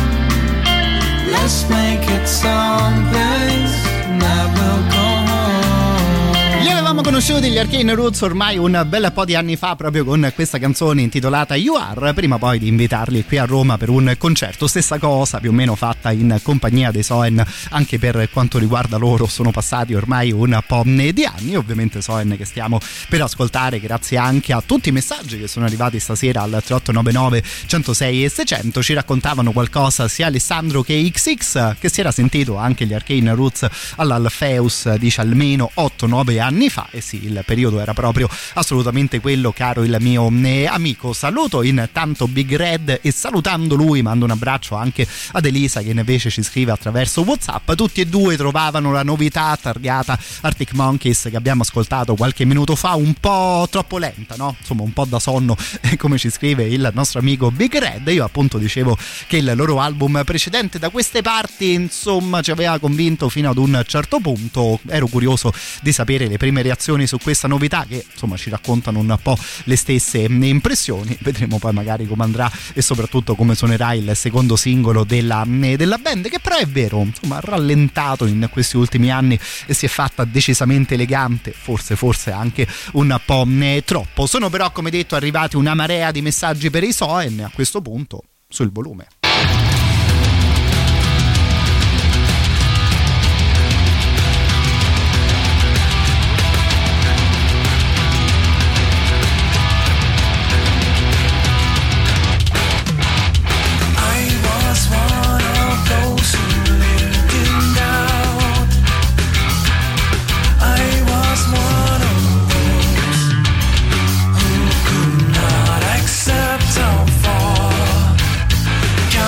Speaker 11: Let's make it someplace that will call home.
Speaker 3: Li avevamo conosciuti gli Arcane Roots ormai un bel po' di anni fa, proprio con questa canzone intitolata You Are, prima poi di invitarli qui a Roma per un concerto. Stessa cosa più o meno fatta in compagnia dei Soen, anche per quanto riguarda loro sono passati ormai un po' di anni. Ovviamente Soen che stiamo per ascoltare grazie anche a tutti i messaggi che sono arrivati stasera al tre otto nove nove centosei e seicento. Ci raccontavano qualcosa sia Alessandro che X X, che si era sentito anche gli Arcane Roots all'Alfeus, dice, almeno otto nove anni fa. E sì, il periodo era proprio assolutamente quello, caro il mio eh, amico. Saluto intanto Big Red e salutando lui mando un abbraccio anche ad Elisa, che invece ci scrive attraverso WhatsApp. Tutti e due trovavano la novità targata Arctic Monkeys che abbiamo ascoltato qualche minuto fa un po' troppo lenta, no? Insomma un po' da sonno, come ci scrive il nostro amico Big Red. Io appunto dicevo che il loro album precedente da queste parti insomma ci aveva convinto fino ad un certo punto. Ero curioso di sapere le prime reazioni su questa novità, che insomma ci raccontano un po' le stesse impressioni. Vedremo poi magari come andrà e soprattutto come suonerà il secondo singolo della, della band, che però è vero, insomma ha rallentato in questi ultimi anni e si è fatta decisamente elegante, forse forse anche un po' troppo. Sono però, come detto, arrivati una marea di messaggi per i Soen, a questo punto sul volume.
Speaker 11: Accept how far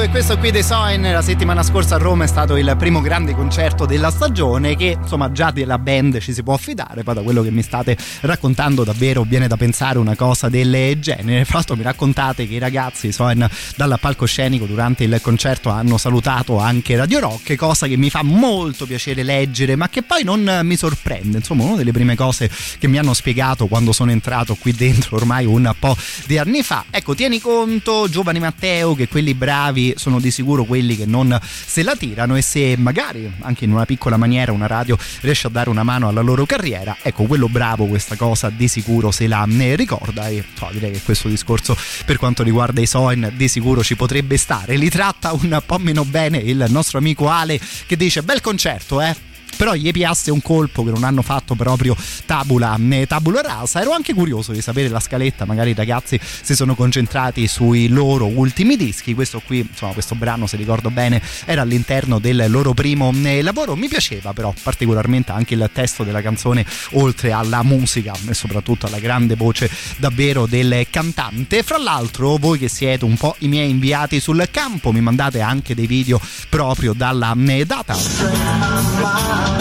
Speaker 3: e questo qui dei Soin. La settimana scorsa a Roma è stato il primo grande concerto della stagione, che insomma già della band ci si può affidare. Poi da quello che mi state raccontando davvero viene da pensare una cosa del genere. Fra l'altro mi raccontate che i ragazzi Soin dal palcoscenico durante il concerto hanno salutato anche Radio Rock, cosa che mi fa molto piacere leggere, ma che poi non mi sorprende. Insomma, una delle prime cose che mi hanno spiegato quando sono entrato qui dentro ormai un po' di anni fa: ecco, tieni conto, giovane Matteo, che quelli bravi sono di sicuro quelli che non se la tirano, e se magari anche in una piccola maniera una radio riesce a dare una mano alla loro carriera, ecco, quello bravo questa cosa di sicuro se la ne ricorda. E so, direi che questo discorso per quanto riguarda i Soin di sicuro ci potrebbe stare. Li tratta un po' meno bene il nostro amico Ale, che dice: bel concerto, eh, però gli piasse un colpo che non hanno fatto proprio tabula, tabula rasa. Ero anche curioso di sapere la scaletta, magari i ragazzi si sono concentrati sui loro ultimi dischi. Questo qui, insomma, questo brano, se ricordo bene, era all'interno del loro primo lavoro. Mi piaceva però particolarmente anche il testo della canzone, oltre alla musica e soprattutto alla grande voce davvero del cantante. Fra l'altro, voi che siete un po' i miei inviati sul campo, mi mandate anche dei video proprio dalla data.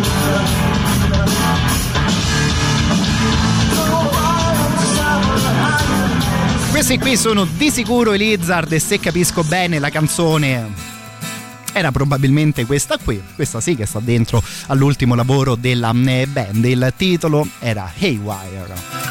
Speaker 3: Questi qui sono di sicuro i Lizard, e se capisco bene la canzone era probabilmente questa qui, questa sì che sta dentro all'ultimo lavoro della band. Il titolo era Haywire.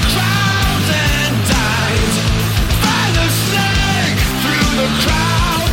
Speaker 10: Crowd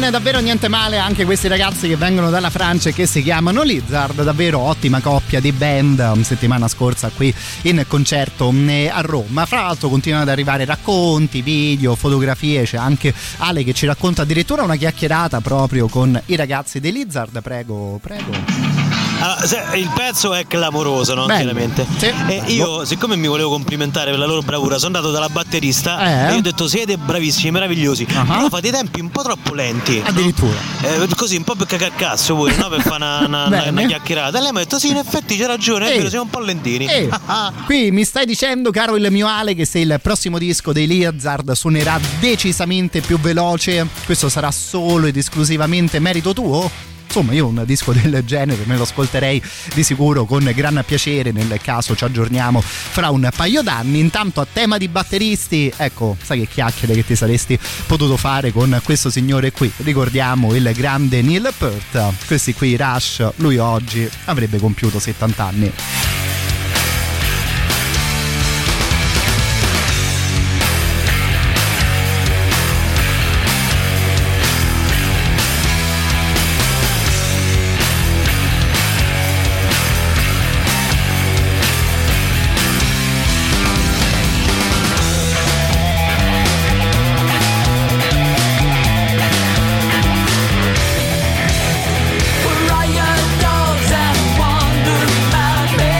Speaker 3: davvero niente male anche questi ragazzi che vengono dalla Francia e che si chiamano Lizard, davvero ottima coppia di band, settimana scorsa qui in concerto a Roma. Fra l'altro continuano ad arrivare racconti, video, fotografie, c'è anche Ale che ci racconta addirittura una chiacchierata proprio con i ragazzi dei Lizard. Prego, prego.
Speaker 12: Allora, se, il pezzo è clamoroso, no? Bello. Chiaramente. Sì. E io, siccome mi volevo complimentare per la loro bravura, sono andato dalla batterista eh? e io ho detto siete bravissimi, meravigliosi, uh-huh. però fate i tempi un po' troppo lenti.
Speaker 3: Addirittura.
Speaker 12: No? Eh, così un po' per cacacazzo pure, no? Per fare una, una, una, una chiacchierata. E lei mi ha detto sì, in effetti c'è ragione, è vero, siamo un po' lentini.
Speaker 3: Eh. Qui mi stai dicendo, caro il mio Ale, che se il prossimo disco dei Lizard suonerà decisamente più veloce, questo sarà solo ed esclusivamente merito tuo? Insomma, io un disco del genere me lo ascolterei di sicuro con gran piacere, nel caso ci aggiorniamo fra un paio d'anni. Intanto, a tema di batteristi, ecco, sai che chiacchiere che ti saresti potuto fare con questo signore qui. Ricordiamo il grande Neil Peart, questi qui Rush, lui oggi avrebbe compiuto settanta anni.
Speaker 10: Riot dogs and wandering madmen.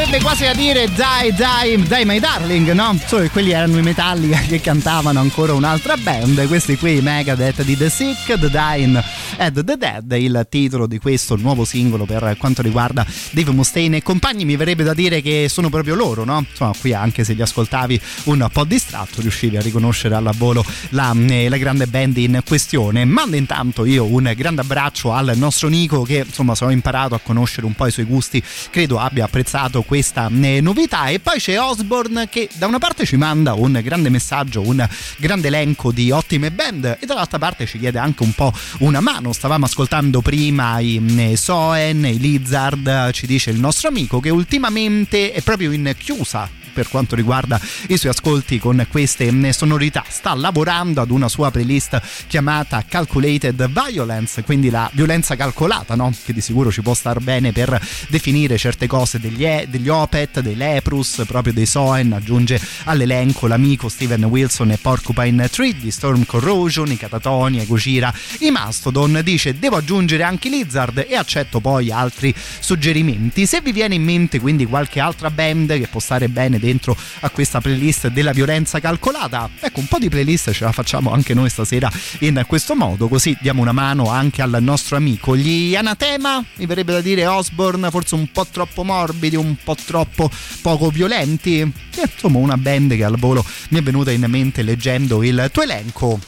Speaker 3: verrebbe quasi a dire dai dai dai my darling, no? Solo che quelli erano i Metallica che cantavano ancora un'altra band, questi qui i Megadeth di The Sick, The Dying and The Dead, il titolo di questo nuovo singolo per quanto riguarda Dave Mustaine e compagni. Mi verrebbe da dire che sono proprio loro, no? Insomma, qui anche se li ascoltavi un po' distratto riuscivi a riconoscere alla volo la, la grande band in questione. Mando intanto io un grande abbraccio al nostro Nico che insomma ho imparato a conoscere un po' i suoi gusti, credo abbia apprezzato questa novità. E poi c'è Osborne che da una parte ci manda un grande messaggio, un grande elenco di ottime band e dall'altra parte ci chiede anche un po' una mano. Stavamo ascoltando prima i Soen, i Lizard, ci dice il nostro amico che ultimamente è proprio in chiusa per quanto riguarda i suoi ascolti con queste sonorità, sta lavorando ad una sua playlist chiamata Calculated Violence, quindi la violenza calcolata, no? Che di sicuro ci può star bene per definire certe cose degli, e- degli Opeth, dei Leprous, proprio dei Soen. Aggiunge all'elenco l'amico Steven Wilson e Porcupine Tree, gli Storm Corrosion, i Catatonia, i Gojira, i Mastodon. Dice devo aggiungere anche i Lizard e accetto poi altri suggerimenti. Se vi viene in mente quindi qualche altra band che può stare bene dentro a questa playlist della violenza calcolata, ecco, un po' di playlist ce la facciamo anche noi stasera in questo modo, così diamo una mano anche al nostro amico. Gli Anatema, mi verrebbe da dire Osborne, forse un po' troppo morbidi, un po' troppo poco violenti, eh, insomma una band che al volo mi è venuta in mente leggendo il tuo elenco.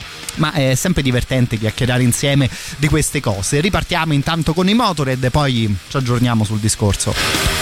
Speaker 3: Ma è sempre divertente chiacchierare insieme di queste cose. Ripartiamo intanto con i Motorhead e poi ci aggiorniamo sul discorso.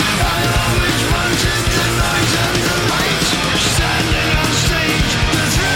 Speaker 10: Standing on stage, the thrill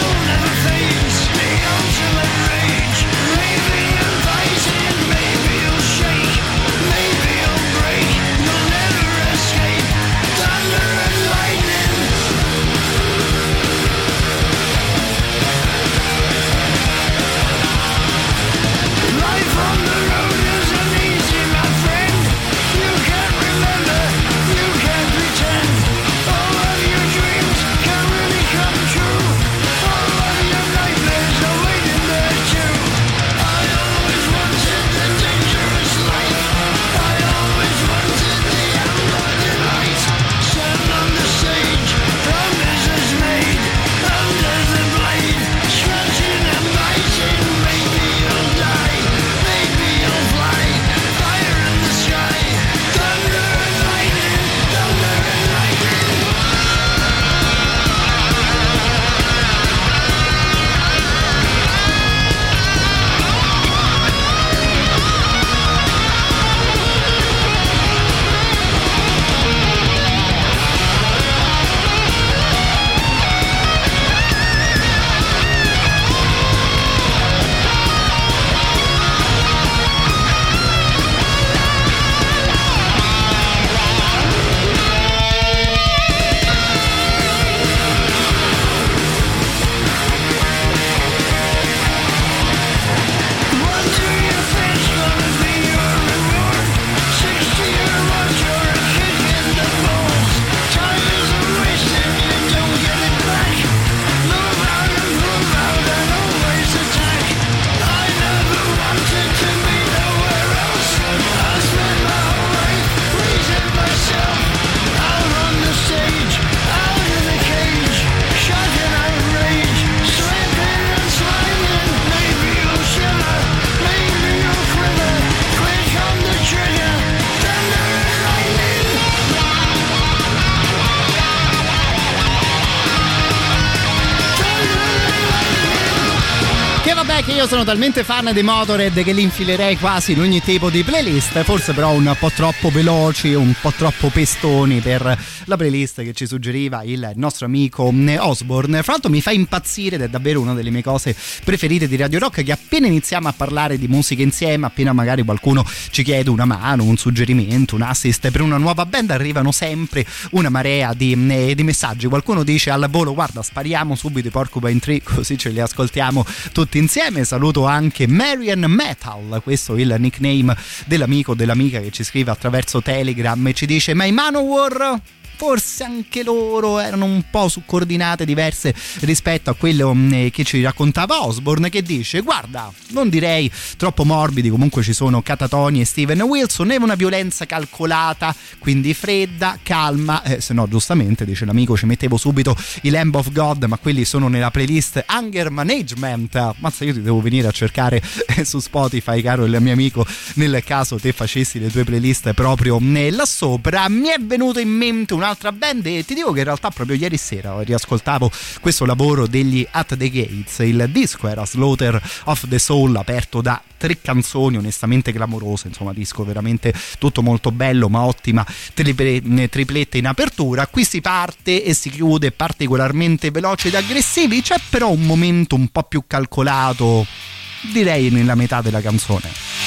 Speaker 3: vabbè, che io sono talmente fan dei Motorhead che li infilerei quasi in ogni tipo di playlist, forse però un po' troppo veloci, un po' troppo pestoni per la playlist che ci suggeriva il nostro amico Osborne. Fra l'altro mi fa impazzire ed è davvero una delle mie cose preferite di Radio Rock, che appena iniziamo a parlare di musica insieme, appena magari qualcuno ci chiede una mano, un suggerimento, un assist per una nuova band, arrivano sempre una marea di, eh, di messaggi. Qualcuno dice al volo: guarda, spariamo subito i Porcupine Tree così ce li ascoltiamo tutti insieme. Saluto anche Marian Metal, questo è il nickname dell'amico o dell'amica che ci scrive attraverso Telegram e ci dice: ma i Manowar forse anche loro erano un po' su coordinate diverse rispetto a quello che ci raccontava Osborne, che dice: guarda, non direi troppo morbidi, comunque ci sono Catatoni e Steven Wilson, e una violenza calcolata, quindi fredda, calma, eh, se no giustamente, dice l'amico, ci mettevo subito i Lamb of God, ma quelli sono nella playlist Anger Management. Mazza, io ti devo venire a cercare su Spotify, caro il mio amico, nel caso te facessi le tue playlist proprio là sopra. Mi è venuto in mente un altra band e ti dico che in realtà proprio ieri sera riascoltavo questo lavoro degli At the Gates. Il disco era Slaughter of the Soul, aperto da tre canzoni onestamente clamorose, insomma disco veramente tutto molto bello, ma ottima triple, tripletta in apertura. Qui si parte e si chiude particolarmente veloci ed aggressivi, c'è però un momento un po' più calcolato, direi nella metà della canzone.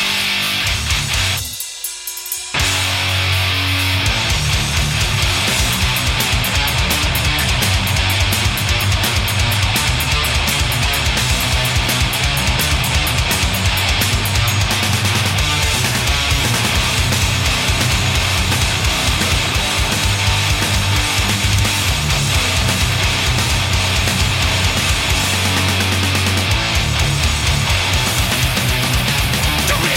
Speaker 10: Don't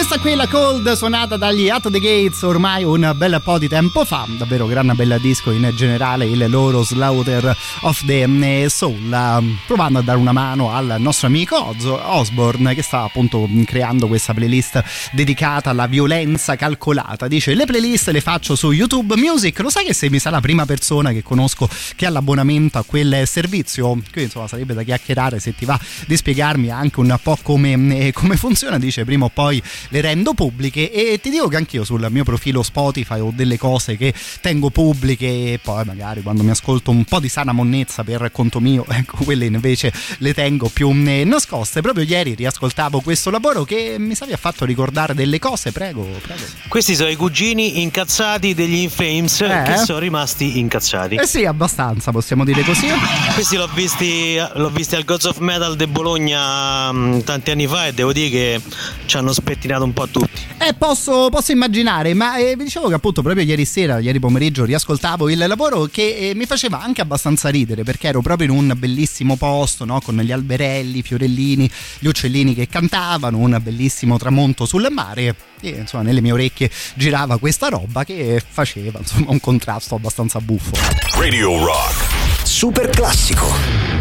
Speaker 3: Questa qui è la Cold, suonata dagli At the Gates ormai un bel po' di tempo fa, davvero gran bella disco in generale il loro Slaughter of the Soul, provando a dare una mano al nostro amico Osborne che sta appunto creando questa playlist dedicata alla violenza calcolata. Dice: le playlist le faccio su YouTube Music. Lo sai che sei mi sa la prima persona che conosco che ha l'abbonamento a quel servizio? Qui insomma sarebbe da chiacchierare, se ti va di spiegarmi anche un po' come, come funziona. Dice: prima o poi le rendo pubbliche, e ti dico che anch'io sul mio profilo Spotify ho delle cose che tengo pubbliche e poi magari quando mi ascolto un po' di sana monnezza per conto mio, ecco, quelle invece le tengo più nascoste. Proprio ieri riascoltavo questo lavoro che mi sa vi ha fatto ricordare delle cose. Prego, prego.
Speaker 12: Questi sono i cugini incazzati degli In Flames, eh? che sono rimasti incazzati.
Speaker 3: Eh sì, abbastanza, possiamo dire così.
Speaker 12: Questi l'ho visti, l'ho visti al Gods of Metal de Bologna mh, tanti anni fa, e devo dire che ci hanno spettinato un po' a tutti.
Speaker 3: Eh, posso, posso immaginare, ma eh, vi dicevo che appunto proprio ieri sera, ieri pomeriggio riascoltavo il lavoro che eh, mi faceva anche abbastanza ridere, perché ero proprio in un bellissimo posto, no? Con gli alberelli, i fiorellini, gli uccellini che cantavano, un bellissimo tramonto sul mare, e insomma nelle mie orecchie girava questa roba che faceva insomma un contrasto abbastanza buffo.
Speaker 2: Radio Rock
Speaker 1: Super classico.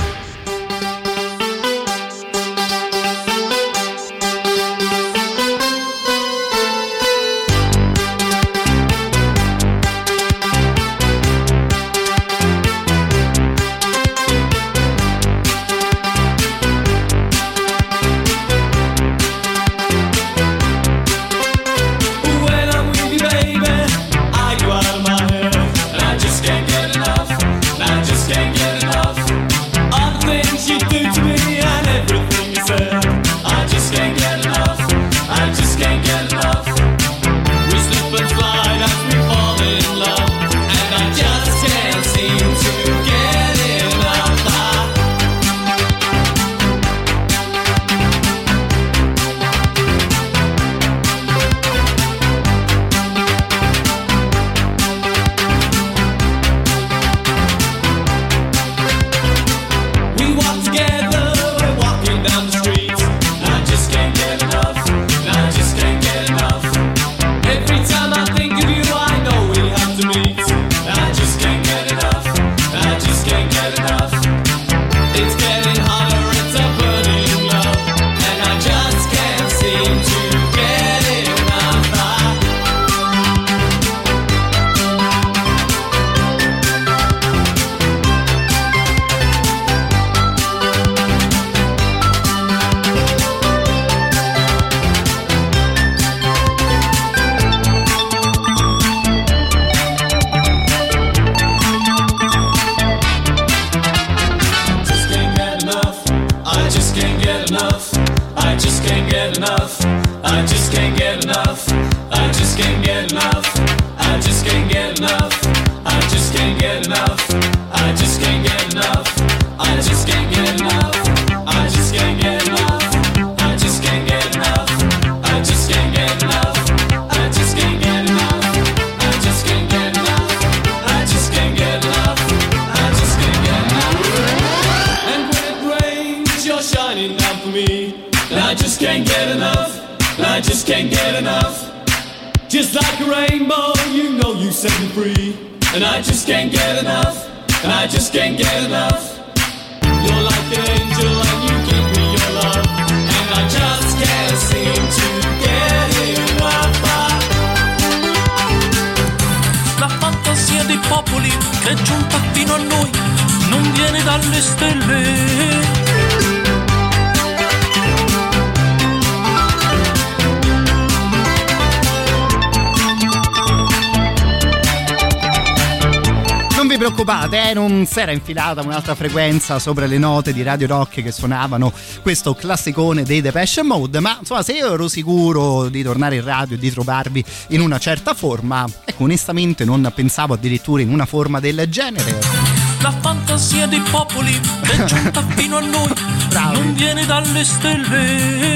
Speaker 3: Preoccupate, eh, non si era infilata un'altra frequenza sopra le note di Radio Rock che suonavano questo classicone dei Depeche Mode, ma insomma se io ero sicuro di tornare in radio e di trovarvi in una certa forma, ecco, onestamente non pensavo addirittura in una forma del genere.
Speaker 10: La fantasia dei popoli è giunta fino a noi, non viene dalle stelle.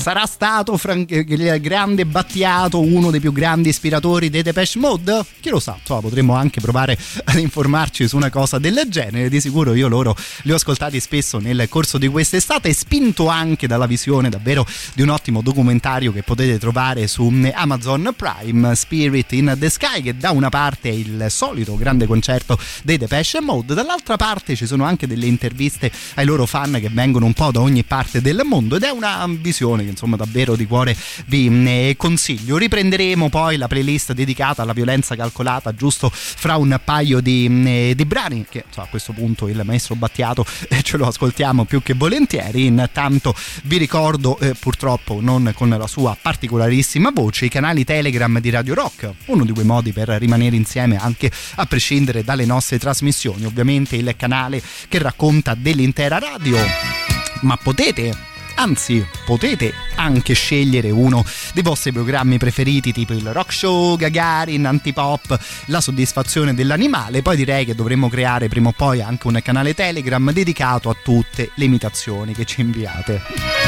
Speaker 3: Sarà stato Fran- il grande Battiato uno dei più grandi ispiratori dei Depeche Mode? Chi lo sa, insomma, potremmo anche provare ad informarci su una cosa del genere. Di sicuro io loro li ho ascoltati spesso nel corso di quest'estate, spinto anche dalla visione davvero di un ottimo documentario che potete trovare su Amazon Prime, Spirit in the Sky, che da una parte è il solito grande concerto dei Depeche Mode, dall'altra parte ci sono anche delle interviste ai loro fan che vengono un po' da ogni parte del mondo, ed è una visione che insomma davvero di cuore vi consiglio. Riprenderemo poi la playlist dedicata alla violenza calcolata giusto fra un paio di, di brani che insomma, a questo punto il maestro Battiato eh, ce lo ascoltiamo più che volentieri. Intanto vi ricordo eh, purtroppo non con la sua particolarissima voce i canali Telegram di Radio Rock, uno di quei modi per rimanere insieme anche a prescindere dalle nostre trasmissioni. Ovviamente il canale che racconta dell'intera radio, ma potete anzi potete anche scegliere uno dei vostri programmi preferiti, tipo il Rock Show, Gagarin, Antipop, La soddisfazione dell'animale. Poi direi che dovremmo creare prima o poi anche un canale Telegram dedicato a tutte le imitazioni che ci inviate.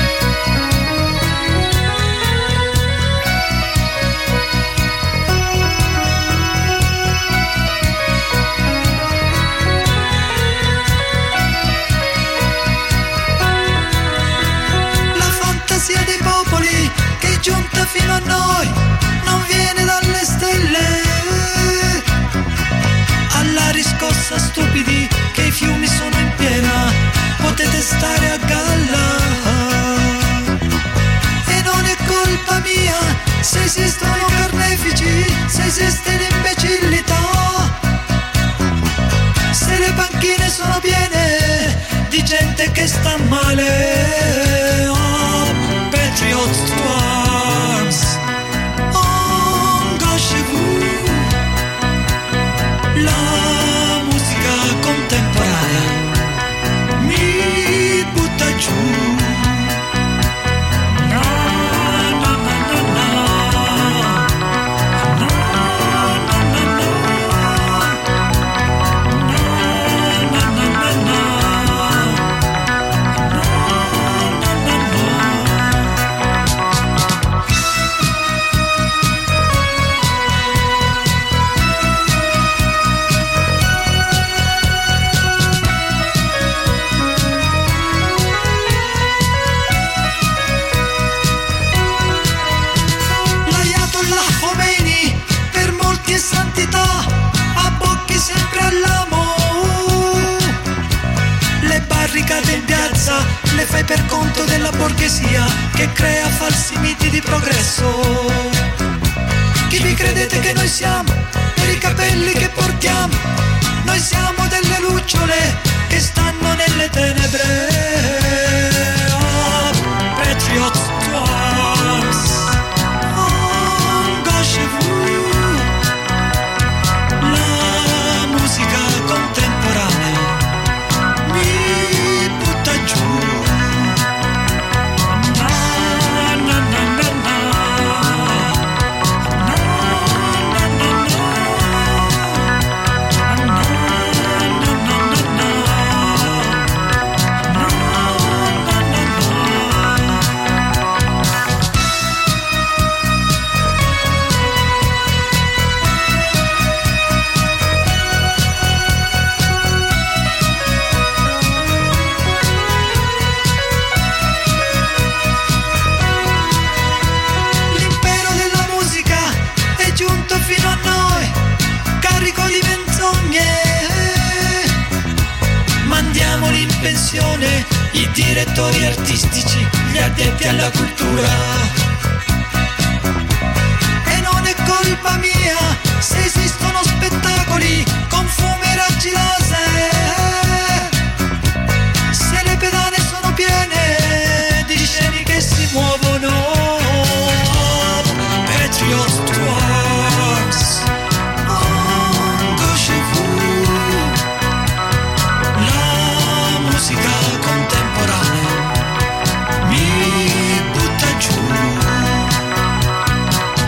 Speaker 13: Dei popoli che è giunta fino a noi non viene dalle stelle, alla riscossa stupidi che i fiumi sono in piena, potete stare a galla. E non è colpa mia se esistono carnefici, se esiste l'imbecillità, se le panchine sono piene di gente che sta male. Patriots to arms, engagez-vous. La musica contemporanea mi butta giù. Na, na, na, na, na. Na, na, na, na. Na, na, na, na, na. Santità, abbocchi sempre all'amo. Le barricate in piazza le fai per conto della borghesia che crea falsi miti di progresso. Chi vi credete che noi siamo? Per i capelli che portiamo noi siamo delle lucciole che stanno nelle tenebre. Oh, Patriots to arms, engagez-vous. Contemporanea mi butta giù. Na, na, na, na, na. Na, na, na, na. Na, na, na, na, na. Na, na, na, na. Fino a noi, carico di menzogne, mandiamoli in pensione i direttori artistici, gli addetti alla cultura. E non è colpa mia se esistono spettacoli con fumo e raggi laser, se le pedane sono piene di scene che si muovono. Patriots to arms, engagez-vous. La musica contemporanea mi butta giù,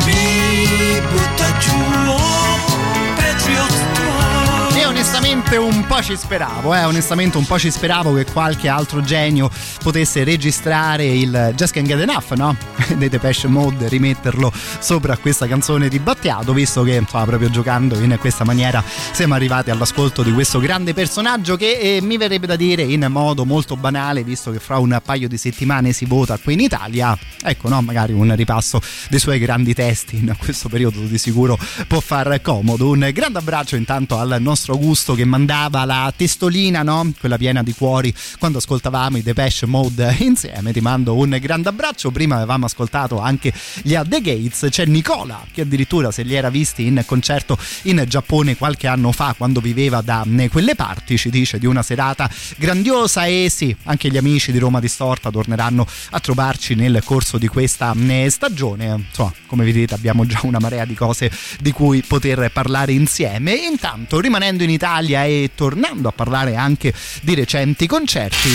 Speaker 13: mi butta giù. Oh, Patriots to arms.
Speaker 3: E onestamente un ci speravo, eh, onestamente un po' ci speravo che qualche altro genio potesse registrare il Just Can't Get Enough, no? dei Depeche Mode, rimetterlo sopra a questa canzone di Battiato, visto che insomma, proprio giocando in questa maniera siamo arrivati all'ascolto di questo grande personaggio che eh, mi verrebbe da dire in modo molto banale, visto che fra un paio di settimane si vota qui in Italia, ecco, no, magari un ripasso dei suoi grandi testi in questo periodo di sicuro può far comodo. Un grande abbraccio intanto al nostro Augusto che mandava la testolina, no? Quella piena di cuori quando ascoltavamo i Depeche Mode insieme. Ti mando un grande abbraccio. Prima avevamo ascoltato anche gli A The Gates, c'è Nicola che addirittura se li era visti in concerto in Giappone qualche anno fa quando viveva da quelle parti, ci dice di una serata grandiosa. E sì, anche gli amici di Roma Distorta torneranno a trovarci nel corso di questa stagione. Insomma, come vedete abbiamo già una marea di cose di cui poter parlare insieme. E intanto, rimanendo in Italia e tornando a parlare anche di recenti concerti,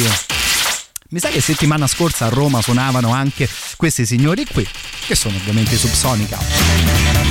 Speaker 3: mi sa che settimana scorsa a Roma suonavano anche questi signori qui, che sono ovviamente i Subsonica.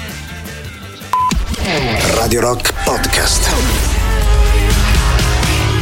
Speaker 1: Radio Rock Podcast.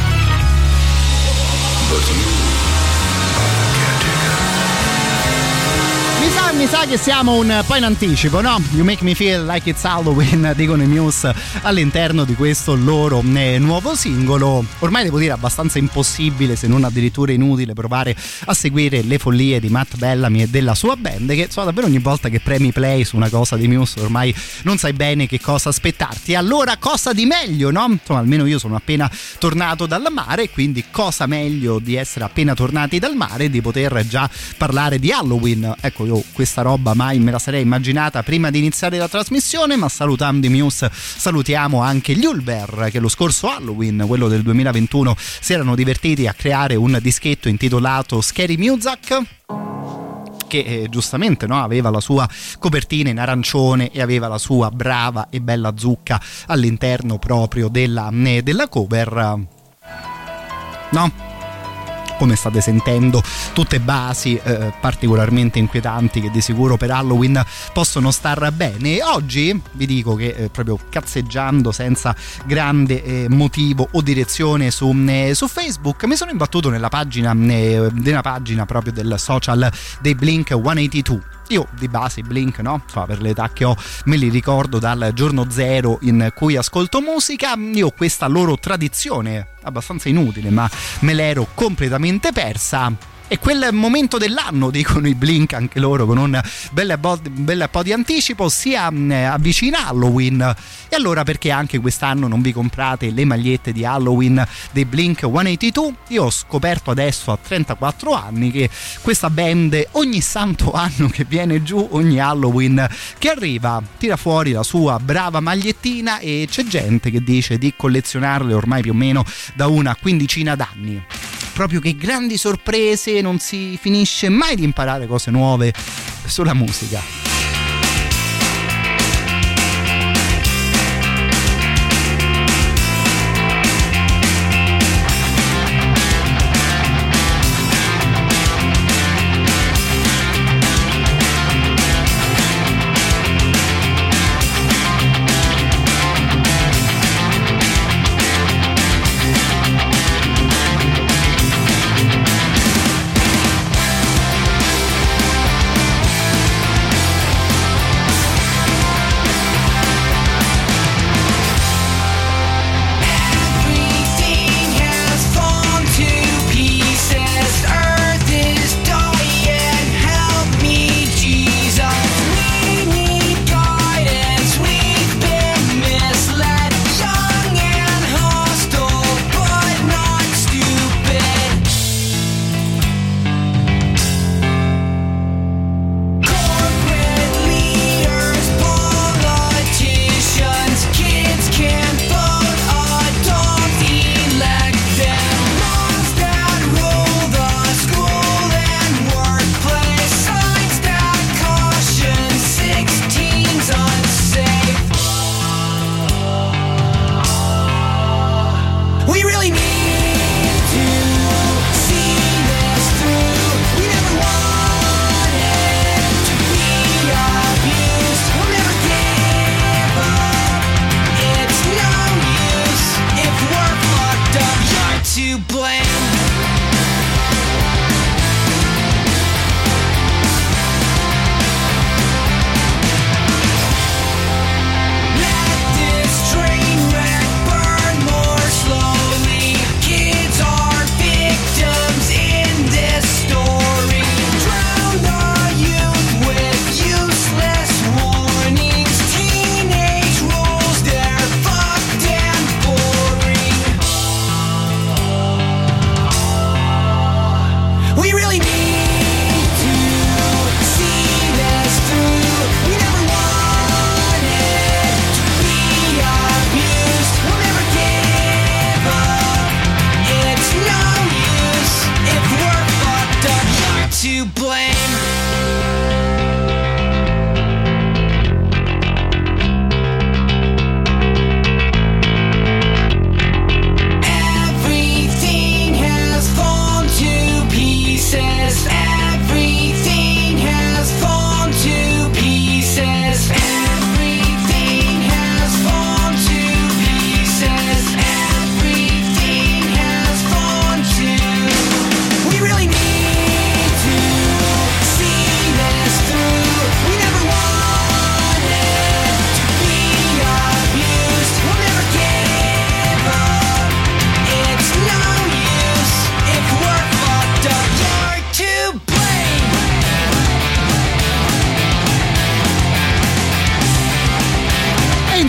Speaker 3: Mi sa, mi sa che siamo un po' in anticipo, no? You Make Me Feel Like It's Halloween, dicono i Muse all'interno di questo loro eh, nuovo singolo. Ormai devo dire abbastanza impossibile, se non addirittura inutile, provare a seguire le follie di Matt Bellamy e della sua band, che so, davvero ogni volta che premi play su una cosa di Muse ormai non sai bene che cosa aspettarti. Allora cosa di meglio, no? Insomma, almeno io sono appena tornato dal mare, quindi cosa meglio di essere appena tornati dal mare e di poter già parlare di Halloween. Ecco, io questa roba mai me la sarei immaginata prima di iniziare la trasmissione, ma salutando i Muse salutiamo anche gli Ulver, che lo scorso Halloween, quello del duemilaventuno, si erano divertiti a creare un dischetto intitolato Scary Music, che eh, giustamente, no, aveva la sua copertina in arancione e aveva la sua brava e bella zucca all'interno proprio della, eh, della cover, no? Come state sentendo, tutte basi eh, particolarmente inquietanti che di sicuro per Halloween possono star bene. E oggi vi dico che eh, proprio cazzeggiando senza grande eh, motivo o direzione su, eh, su Facebook mi sono imbattuto nella pagina, eh, nella pagina proprio del social dei Blink centottantadue. Io di base Blink, no? Insomma, per l'età che ho me li ricordo dal giorno zero in cui ascolto musica. Io questa loro tradizione abbastanza inutile, ma me l'ero completamente persa. E quel momento dell'anno, dicono i Blink anche loro con un bel po', bel po' di anticipo, si avvicina Halloween. E allora perché anche quest'anno non vi comprate le magliette di Halloween dei Blink centottantadue? Io ho scoperto adesso a trentaquattro anni che questa band ogni santo anno che viene giù, ogni Halloween che arriva, tira fuori la sua brava magliettina, e c'è gente che dice di collezionarle ormai più o meno da una quindicina d'anni. Proprio che grandi sorprese, non si finisce mai di imparare cose nuove sulla musica.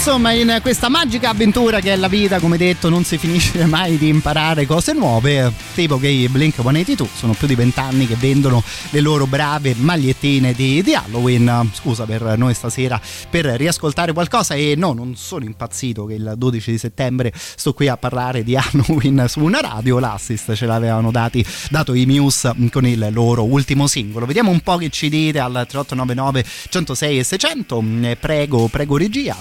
Speaker 3: insomma, in questa magica avventura che è la vita, come detto, non si finisce mai di imparare cose nuove, tipo che i Blink centottantadue sono più di vent'anni che vendono le loro brave magliettine di, di Halloween. Scusa per noi stasera per riascoltare qualcosa, e no, non sono impazzito che il dodici di settembre sto qui a parlare di Halloween su una radio. L'assist ce l'avevano dati, dato i Muse con il loro ultimo singolo. Vediamo un po' che ci dite al tre otto nove nove centosei e seicento. Prego, prego regia.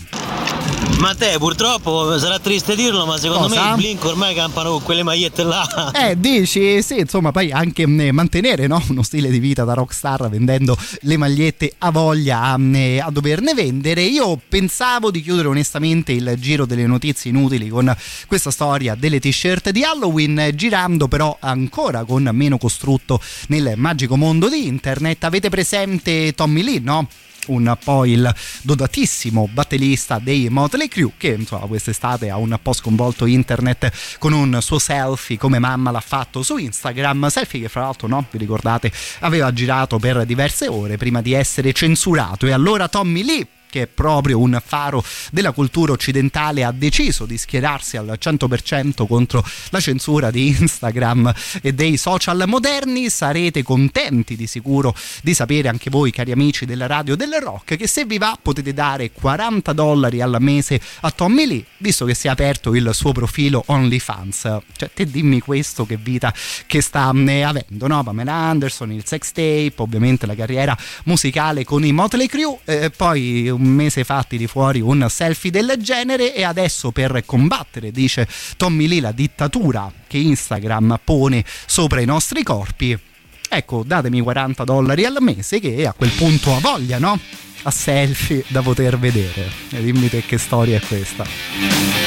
Speaker 12: Matteo, purtroppo sarà triste dirlo, ma secondo
Speaker 3: Cosa?
Speaker 12: me i Blink ormai campano con quelle magliette là.
Speaker 3: Eh, dici? Sì, insomma, poi anche eh, mantenere, no, uno stile di vita da rockstar vendendo le magliette a voglia a, eh, a doverne vendere. Io pensavo di chiudere onestamente il giro delle notizie inutili con questa storia delle t-shirt di Halloween, girando però ancora con meno costrutto nel magico mondo di internet. Avete presente Tommy Lee, no? Un po' il dotatissimo batterista dei Motley Crue, che insomma quest'estate ha un po' sconvolto internet con un suo selfie come mamma l'ha fatto su Instagram, selfie che fra l'altro, no, vi ricordate, aveva girato per diverse ore prima di essere censurato. E allora Tommy Lee, che è proprio un faro della cultura occidentale, ha deciso di schierarsi al cento per cento contro la censura di Instagram e dei social moderni. Sarete contenti di sicuro di sapere anche voi, cari amici della radio del rock, che se vi va potete dare quaranta dollari al mese a Tommy Lee, visto che si è aperto il suo profilo OnlyFans. Cioè, te dimmi questo che vita che sta avendo, no? Pamela Anderson, il sex tape, ovviamente la carriera musicale con i Motley Crue, eh, poi un mese fa tiri fuori un selfie del genere, e adesso per combattere, dice Tommy Lee, la dittatura che Instagram pone sopra i nostri corpi, ecco, datemi quaranta dollari al mese, che a quel punto ha voglia, no? A selfie da poter vedere. E dimmi te che storia è questa.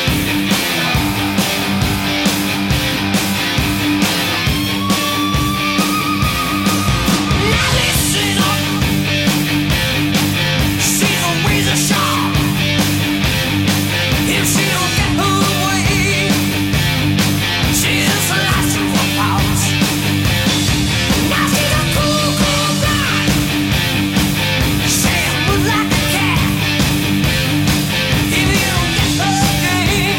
Speaker 10: If you don't get okay,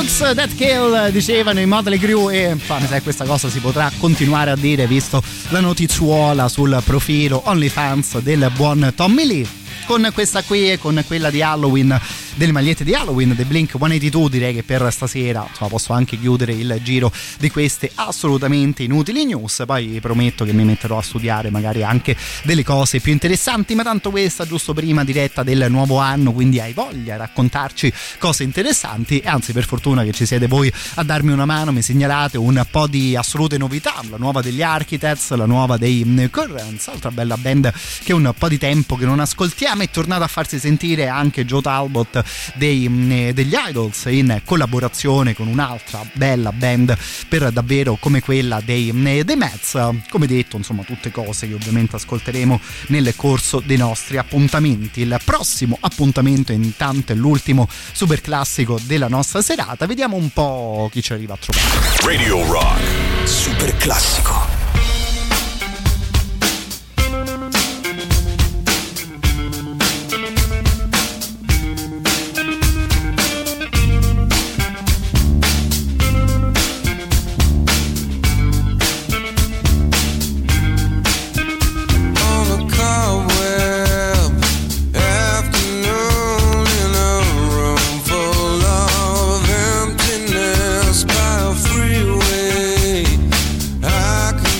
Speaker 3: Looks That Kill, dicevano i Motley Crue, e fammi se questa cosa si potrà continuare a dire visto la notizuola sul profilo OnlyFans del buon Tommy Lee. Con questa qui e con quella di Halloween, delle magliette di Halloween dei Blink centottantadue, direi che per stasera insomma posso anche chiudere il giro di queste assolutamente inutili news. Poi prometto che mi metterò a studiare magari anche delle cose più interessanti, ma tanto questa giusto prima diretta del nuovo anno, quindi hai voglia di raccontarci cose interessanti, e anzi per fortuna che ci siete voi a darmi una mano, mi segnalate un po' di assolute novità, la nuova degli Architects, la nuova dei Currents, altra bella band che un po' di tempo che non ascoltiamo. È tornato a farsi sentire anche Joe Talbot dei, degli Idols, in collaborazione con un'altra bella band per davvero come quella dei, dei Mets. Come detto, insomma, tutte cose che ovviamente ascolteremo nel corso dei nostri appuntamenti. Il prossimo appuntamento intanto è l'ultimo super classico della nostra serata. Vediamo un po' chi ci arriva a trovare.
Speaker 2: Radio Rock
Speaker 1: super classico.
Speaker 11: I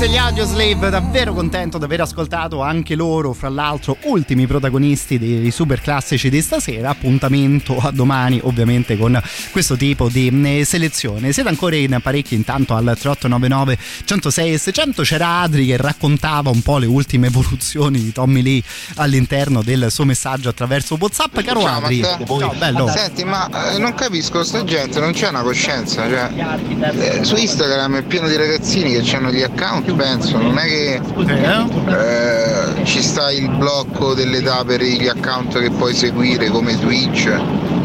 Speaker 3: Ovviamente gli Audioslave, davvero contento di aver ascoltato anche loro, fra l'altro ultimi protagonisti dei super classici di stasera. Appuntamento a domani ovviamente con questo tipo di selezione. Siete ancora in parecchi intanto al tre otto nove nove uno zero sei seicento. C'era Adri che raccontava un po' le ultime evoluzioni di Tommy Lee all'interno del suo messaggio attraverso WhatsApp. Caro
Speaker 14: Ciao,
Speaker 3: Adri,
Speaker 14: Matteo.
Speaker 3: ciao, bello.
Speaker 14: Senti, ma eh, non capisco, sta gente non c'è una coscienza, cioè eh, su Instagram è pieno di ragazzini che hanno gli account, penso, non è che eh, ci sta il blocco dell'età per gli account che puoi seguire come Twitch,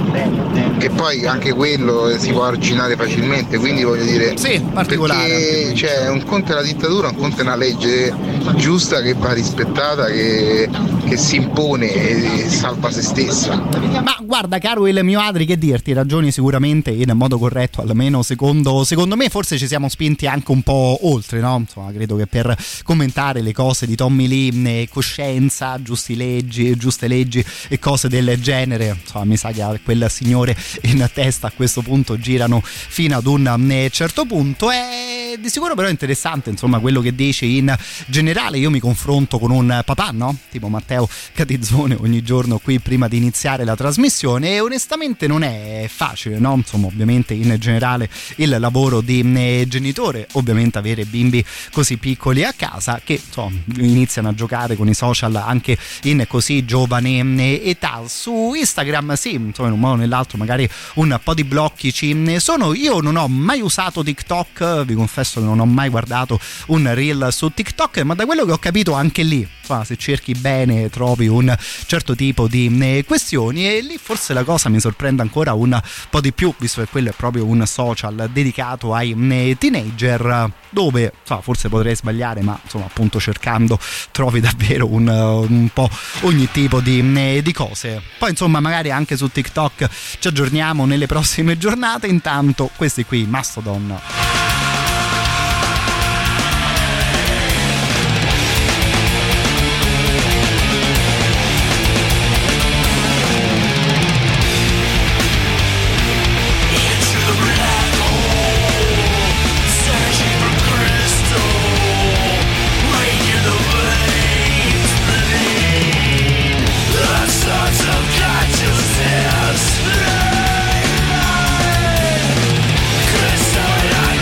Speaker 14: che poi anche quello si può arginare facilmente, quindi voglio dire,
Speaker 3: sì, particolare,
Speaker 14: perché cioè, un conto è la dittatura, un conto è una legge giusta che va rispettata, che, che si impone e salva se stessa.
Speaker 3: Ma guarda, caro il mio Adri, che dirti, ragioni sicuramente in modo corretto, almeno secondo, secondo me forse ci siamo spinti anche un po' oltre, no? Insomma, credo che per commentare le cose di Tommy Lee, coscienza, giusti leggi, giuste leggi e cose del genere, insomma, mi sa che a quel signore in testa a questo punto girano fino ad un certo punto. È di sicuro però interessante, insomma, quello che dice in generale. Io mi confronto con un papà, no? Tipo Matteo Catizzone ogni giorno qui prima di iniziare la trasmissione, e onestamente non è facile, no? Insomma, ovviamente in generale il lavoro di genitore, ovviamente avere bimbi così piccoli a casa che insomma iniziano a giocare con i social anche in così giovane età. Su Instagram sì, insomma, in un modo o nell'altro magari un po' di blocchi ci sono. Io non ho mai usato TikTok, vi confesso che non ho mai guardato un reel su TikTok, ma da quello che ho capito anche lì, insomma, se cerchi bene trovi un certo tipo di questioni, e lì forse la cosa mi sorprende ancora un po' di più, visto che quello è proprio un social dedicato ai teenager, dove insomma, forse potrei sbagliare, ma insomma appunto cercando trovi davvero un, un po' ogni tipo di, di cose. Poi insomma magari anche su TikTok ci aggiorniamo nelle prossime giornate. Intanto questi qui, Mastodon.
Speaker 10: Crystal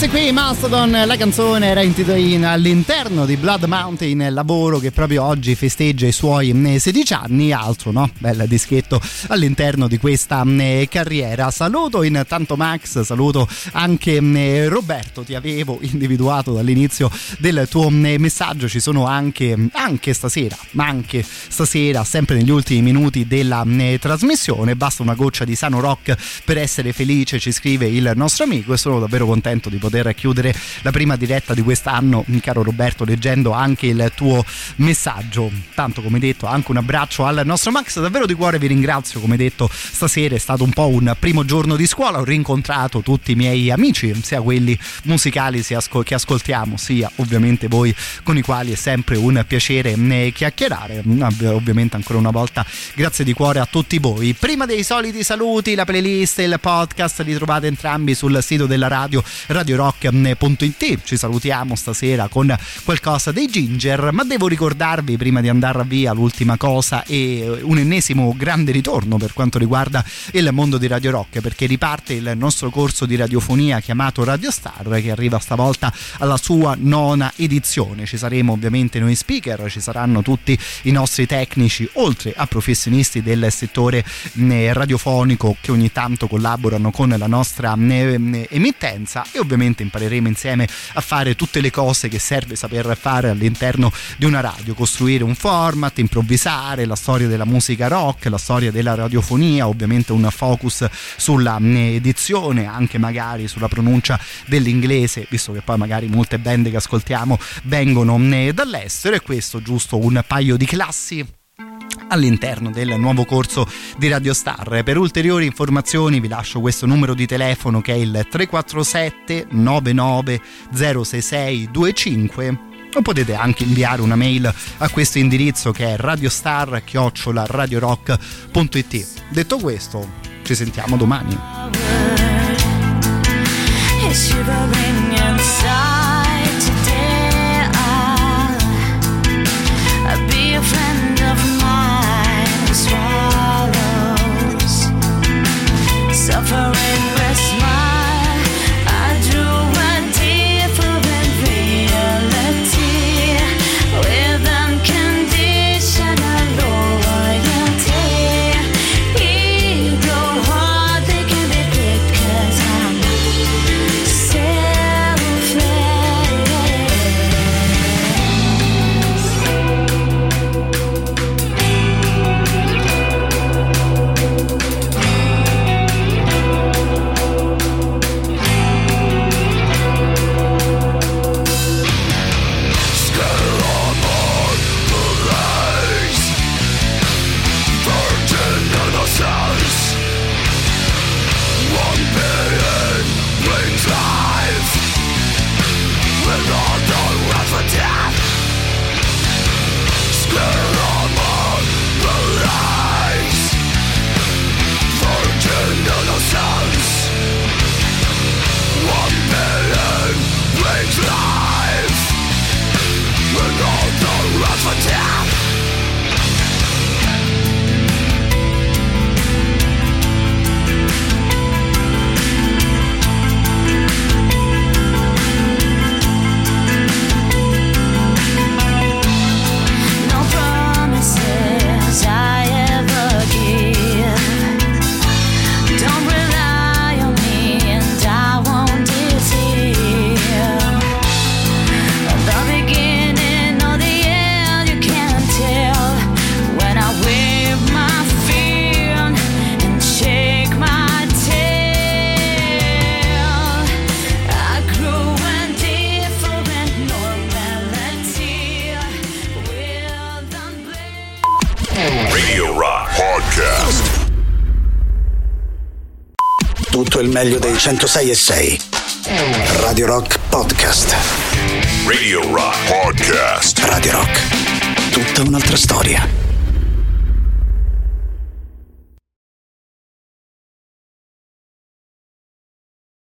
Speaker 3: Questi qui Mastodon, la canzone era in, all'interno di Blood Mountain, lavoro che proprio oggi festeggia i suoi sedici anni, altro no? Bel dischetto all'interno di questa eh, carriera. Saluto intanto Max, saluto anche eh, Roberto, ti avevo individuato dall'inizio del tuo eh, messaggio, ci sono anche, anche stasera, ma anche stasera, sempre negli ultimi minuti della eh, trasmissione, basta una goccia di sano rock per essere felice, ci scrive il nostro amico, e sono davvero contento di poter chiudere la prima diretta di quest'anno, caro Roberto, leggendo anche il tuo messaggio. Tanto, come detto, anche un abbraccio al nostro Max, davvero di cuore vi ringrazio. Come detto, stasera è stato un po' un primo giorno di scuola, ho rincontrato tutti i miei amici, sia quelli musicali sia che ascoltiamo, sia ovviamente voi, con i quali è sempre un piacere chiacchierare. Ovviamente ancora una volta grazie di cuore a tutti voi. Prima dei soliti saluti, la playlist e il podcast li trovate entrambi sul sito della radio, radio rock punto it. Ci salutiamo stasera con qualcosa dei Ginger, ma devo ricordarvi prima di andare via l'ultima cosa e un ennesimo grande ritorno per quanto riguarda il mondo di Radio Rock, perché riparte il nostro corso di radiofonia chiamato Radio Star, che arriva stavolta alla sua nona edizione. Ci saremo ovviamente noi speaker, ci saranno tutti i nostri tecnici, oltre a professionisti del settore radiofonico che ogni tanto collaborano con la nostra emittenza, e ovviamente impareremo insieme a fare tutte le cose che serve saper fare all'interno di una radio, costruire un format, improvvisare, la storia della musica rock, la storia della radiofonia, ovviamente un focus sulla edizione, anche magari sulla pronuncia dell'inglese, visto che poi magari molte band che ascoltiamo vengono dall'estero, e questo giusto un paio di classi all'interno del nuovo corso di Radio Star. Per ulteriori informazioni vi lascio questo numero di telefono, che è il tre quattro sette nove nove zero sei sei due cinque, o potete anche inviare una mail a questo indirizzo, che è radiostar chiocciola radiorock punto it. Detto questo, ci sentiamo domani.
Speaker 10: Suffering with smile, I drew a different reality with unconditional loyalty. Ego heart, they can be picked 'cause I'm
Speaker 1: Tutto il meglio dei centosei e sei. Radio Rock Podcast.
Speaker 2: Radio Rock Podcast.
Speaker 1: Radio Rock. Tutta un'altra storia.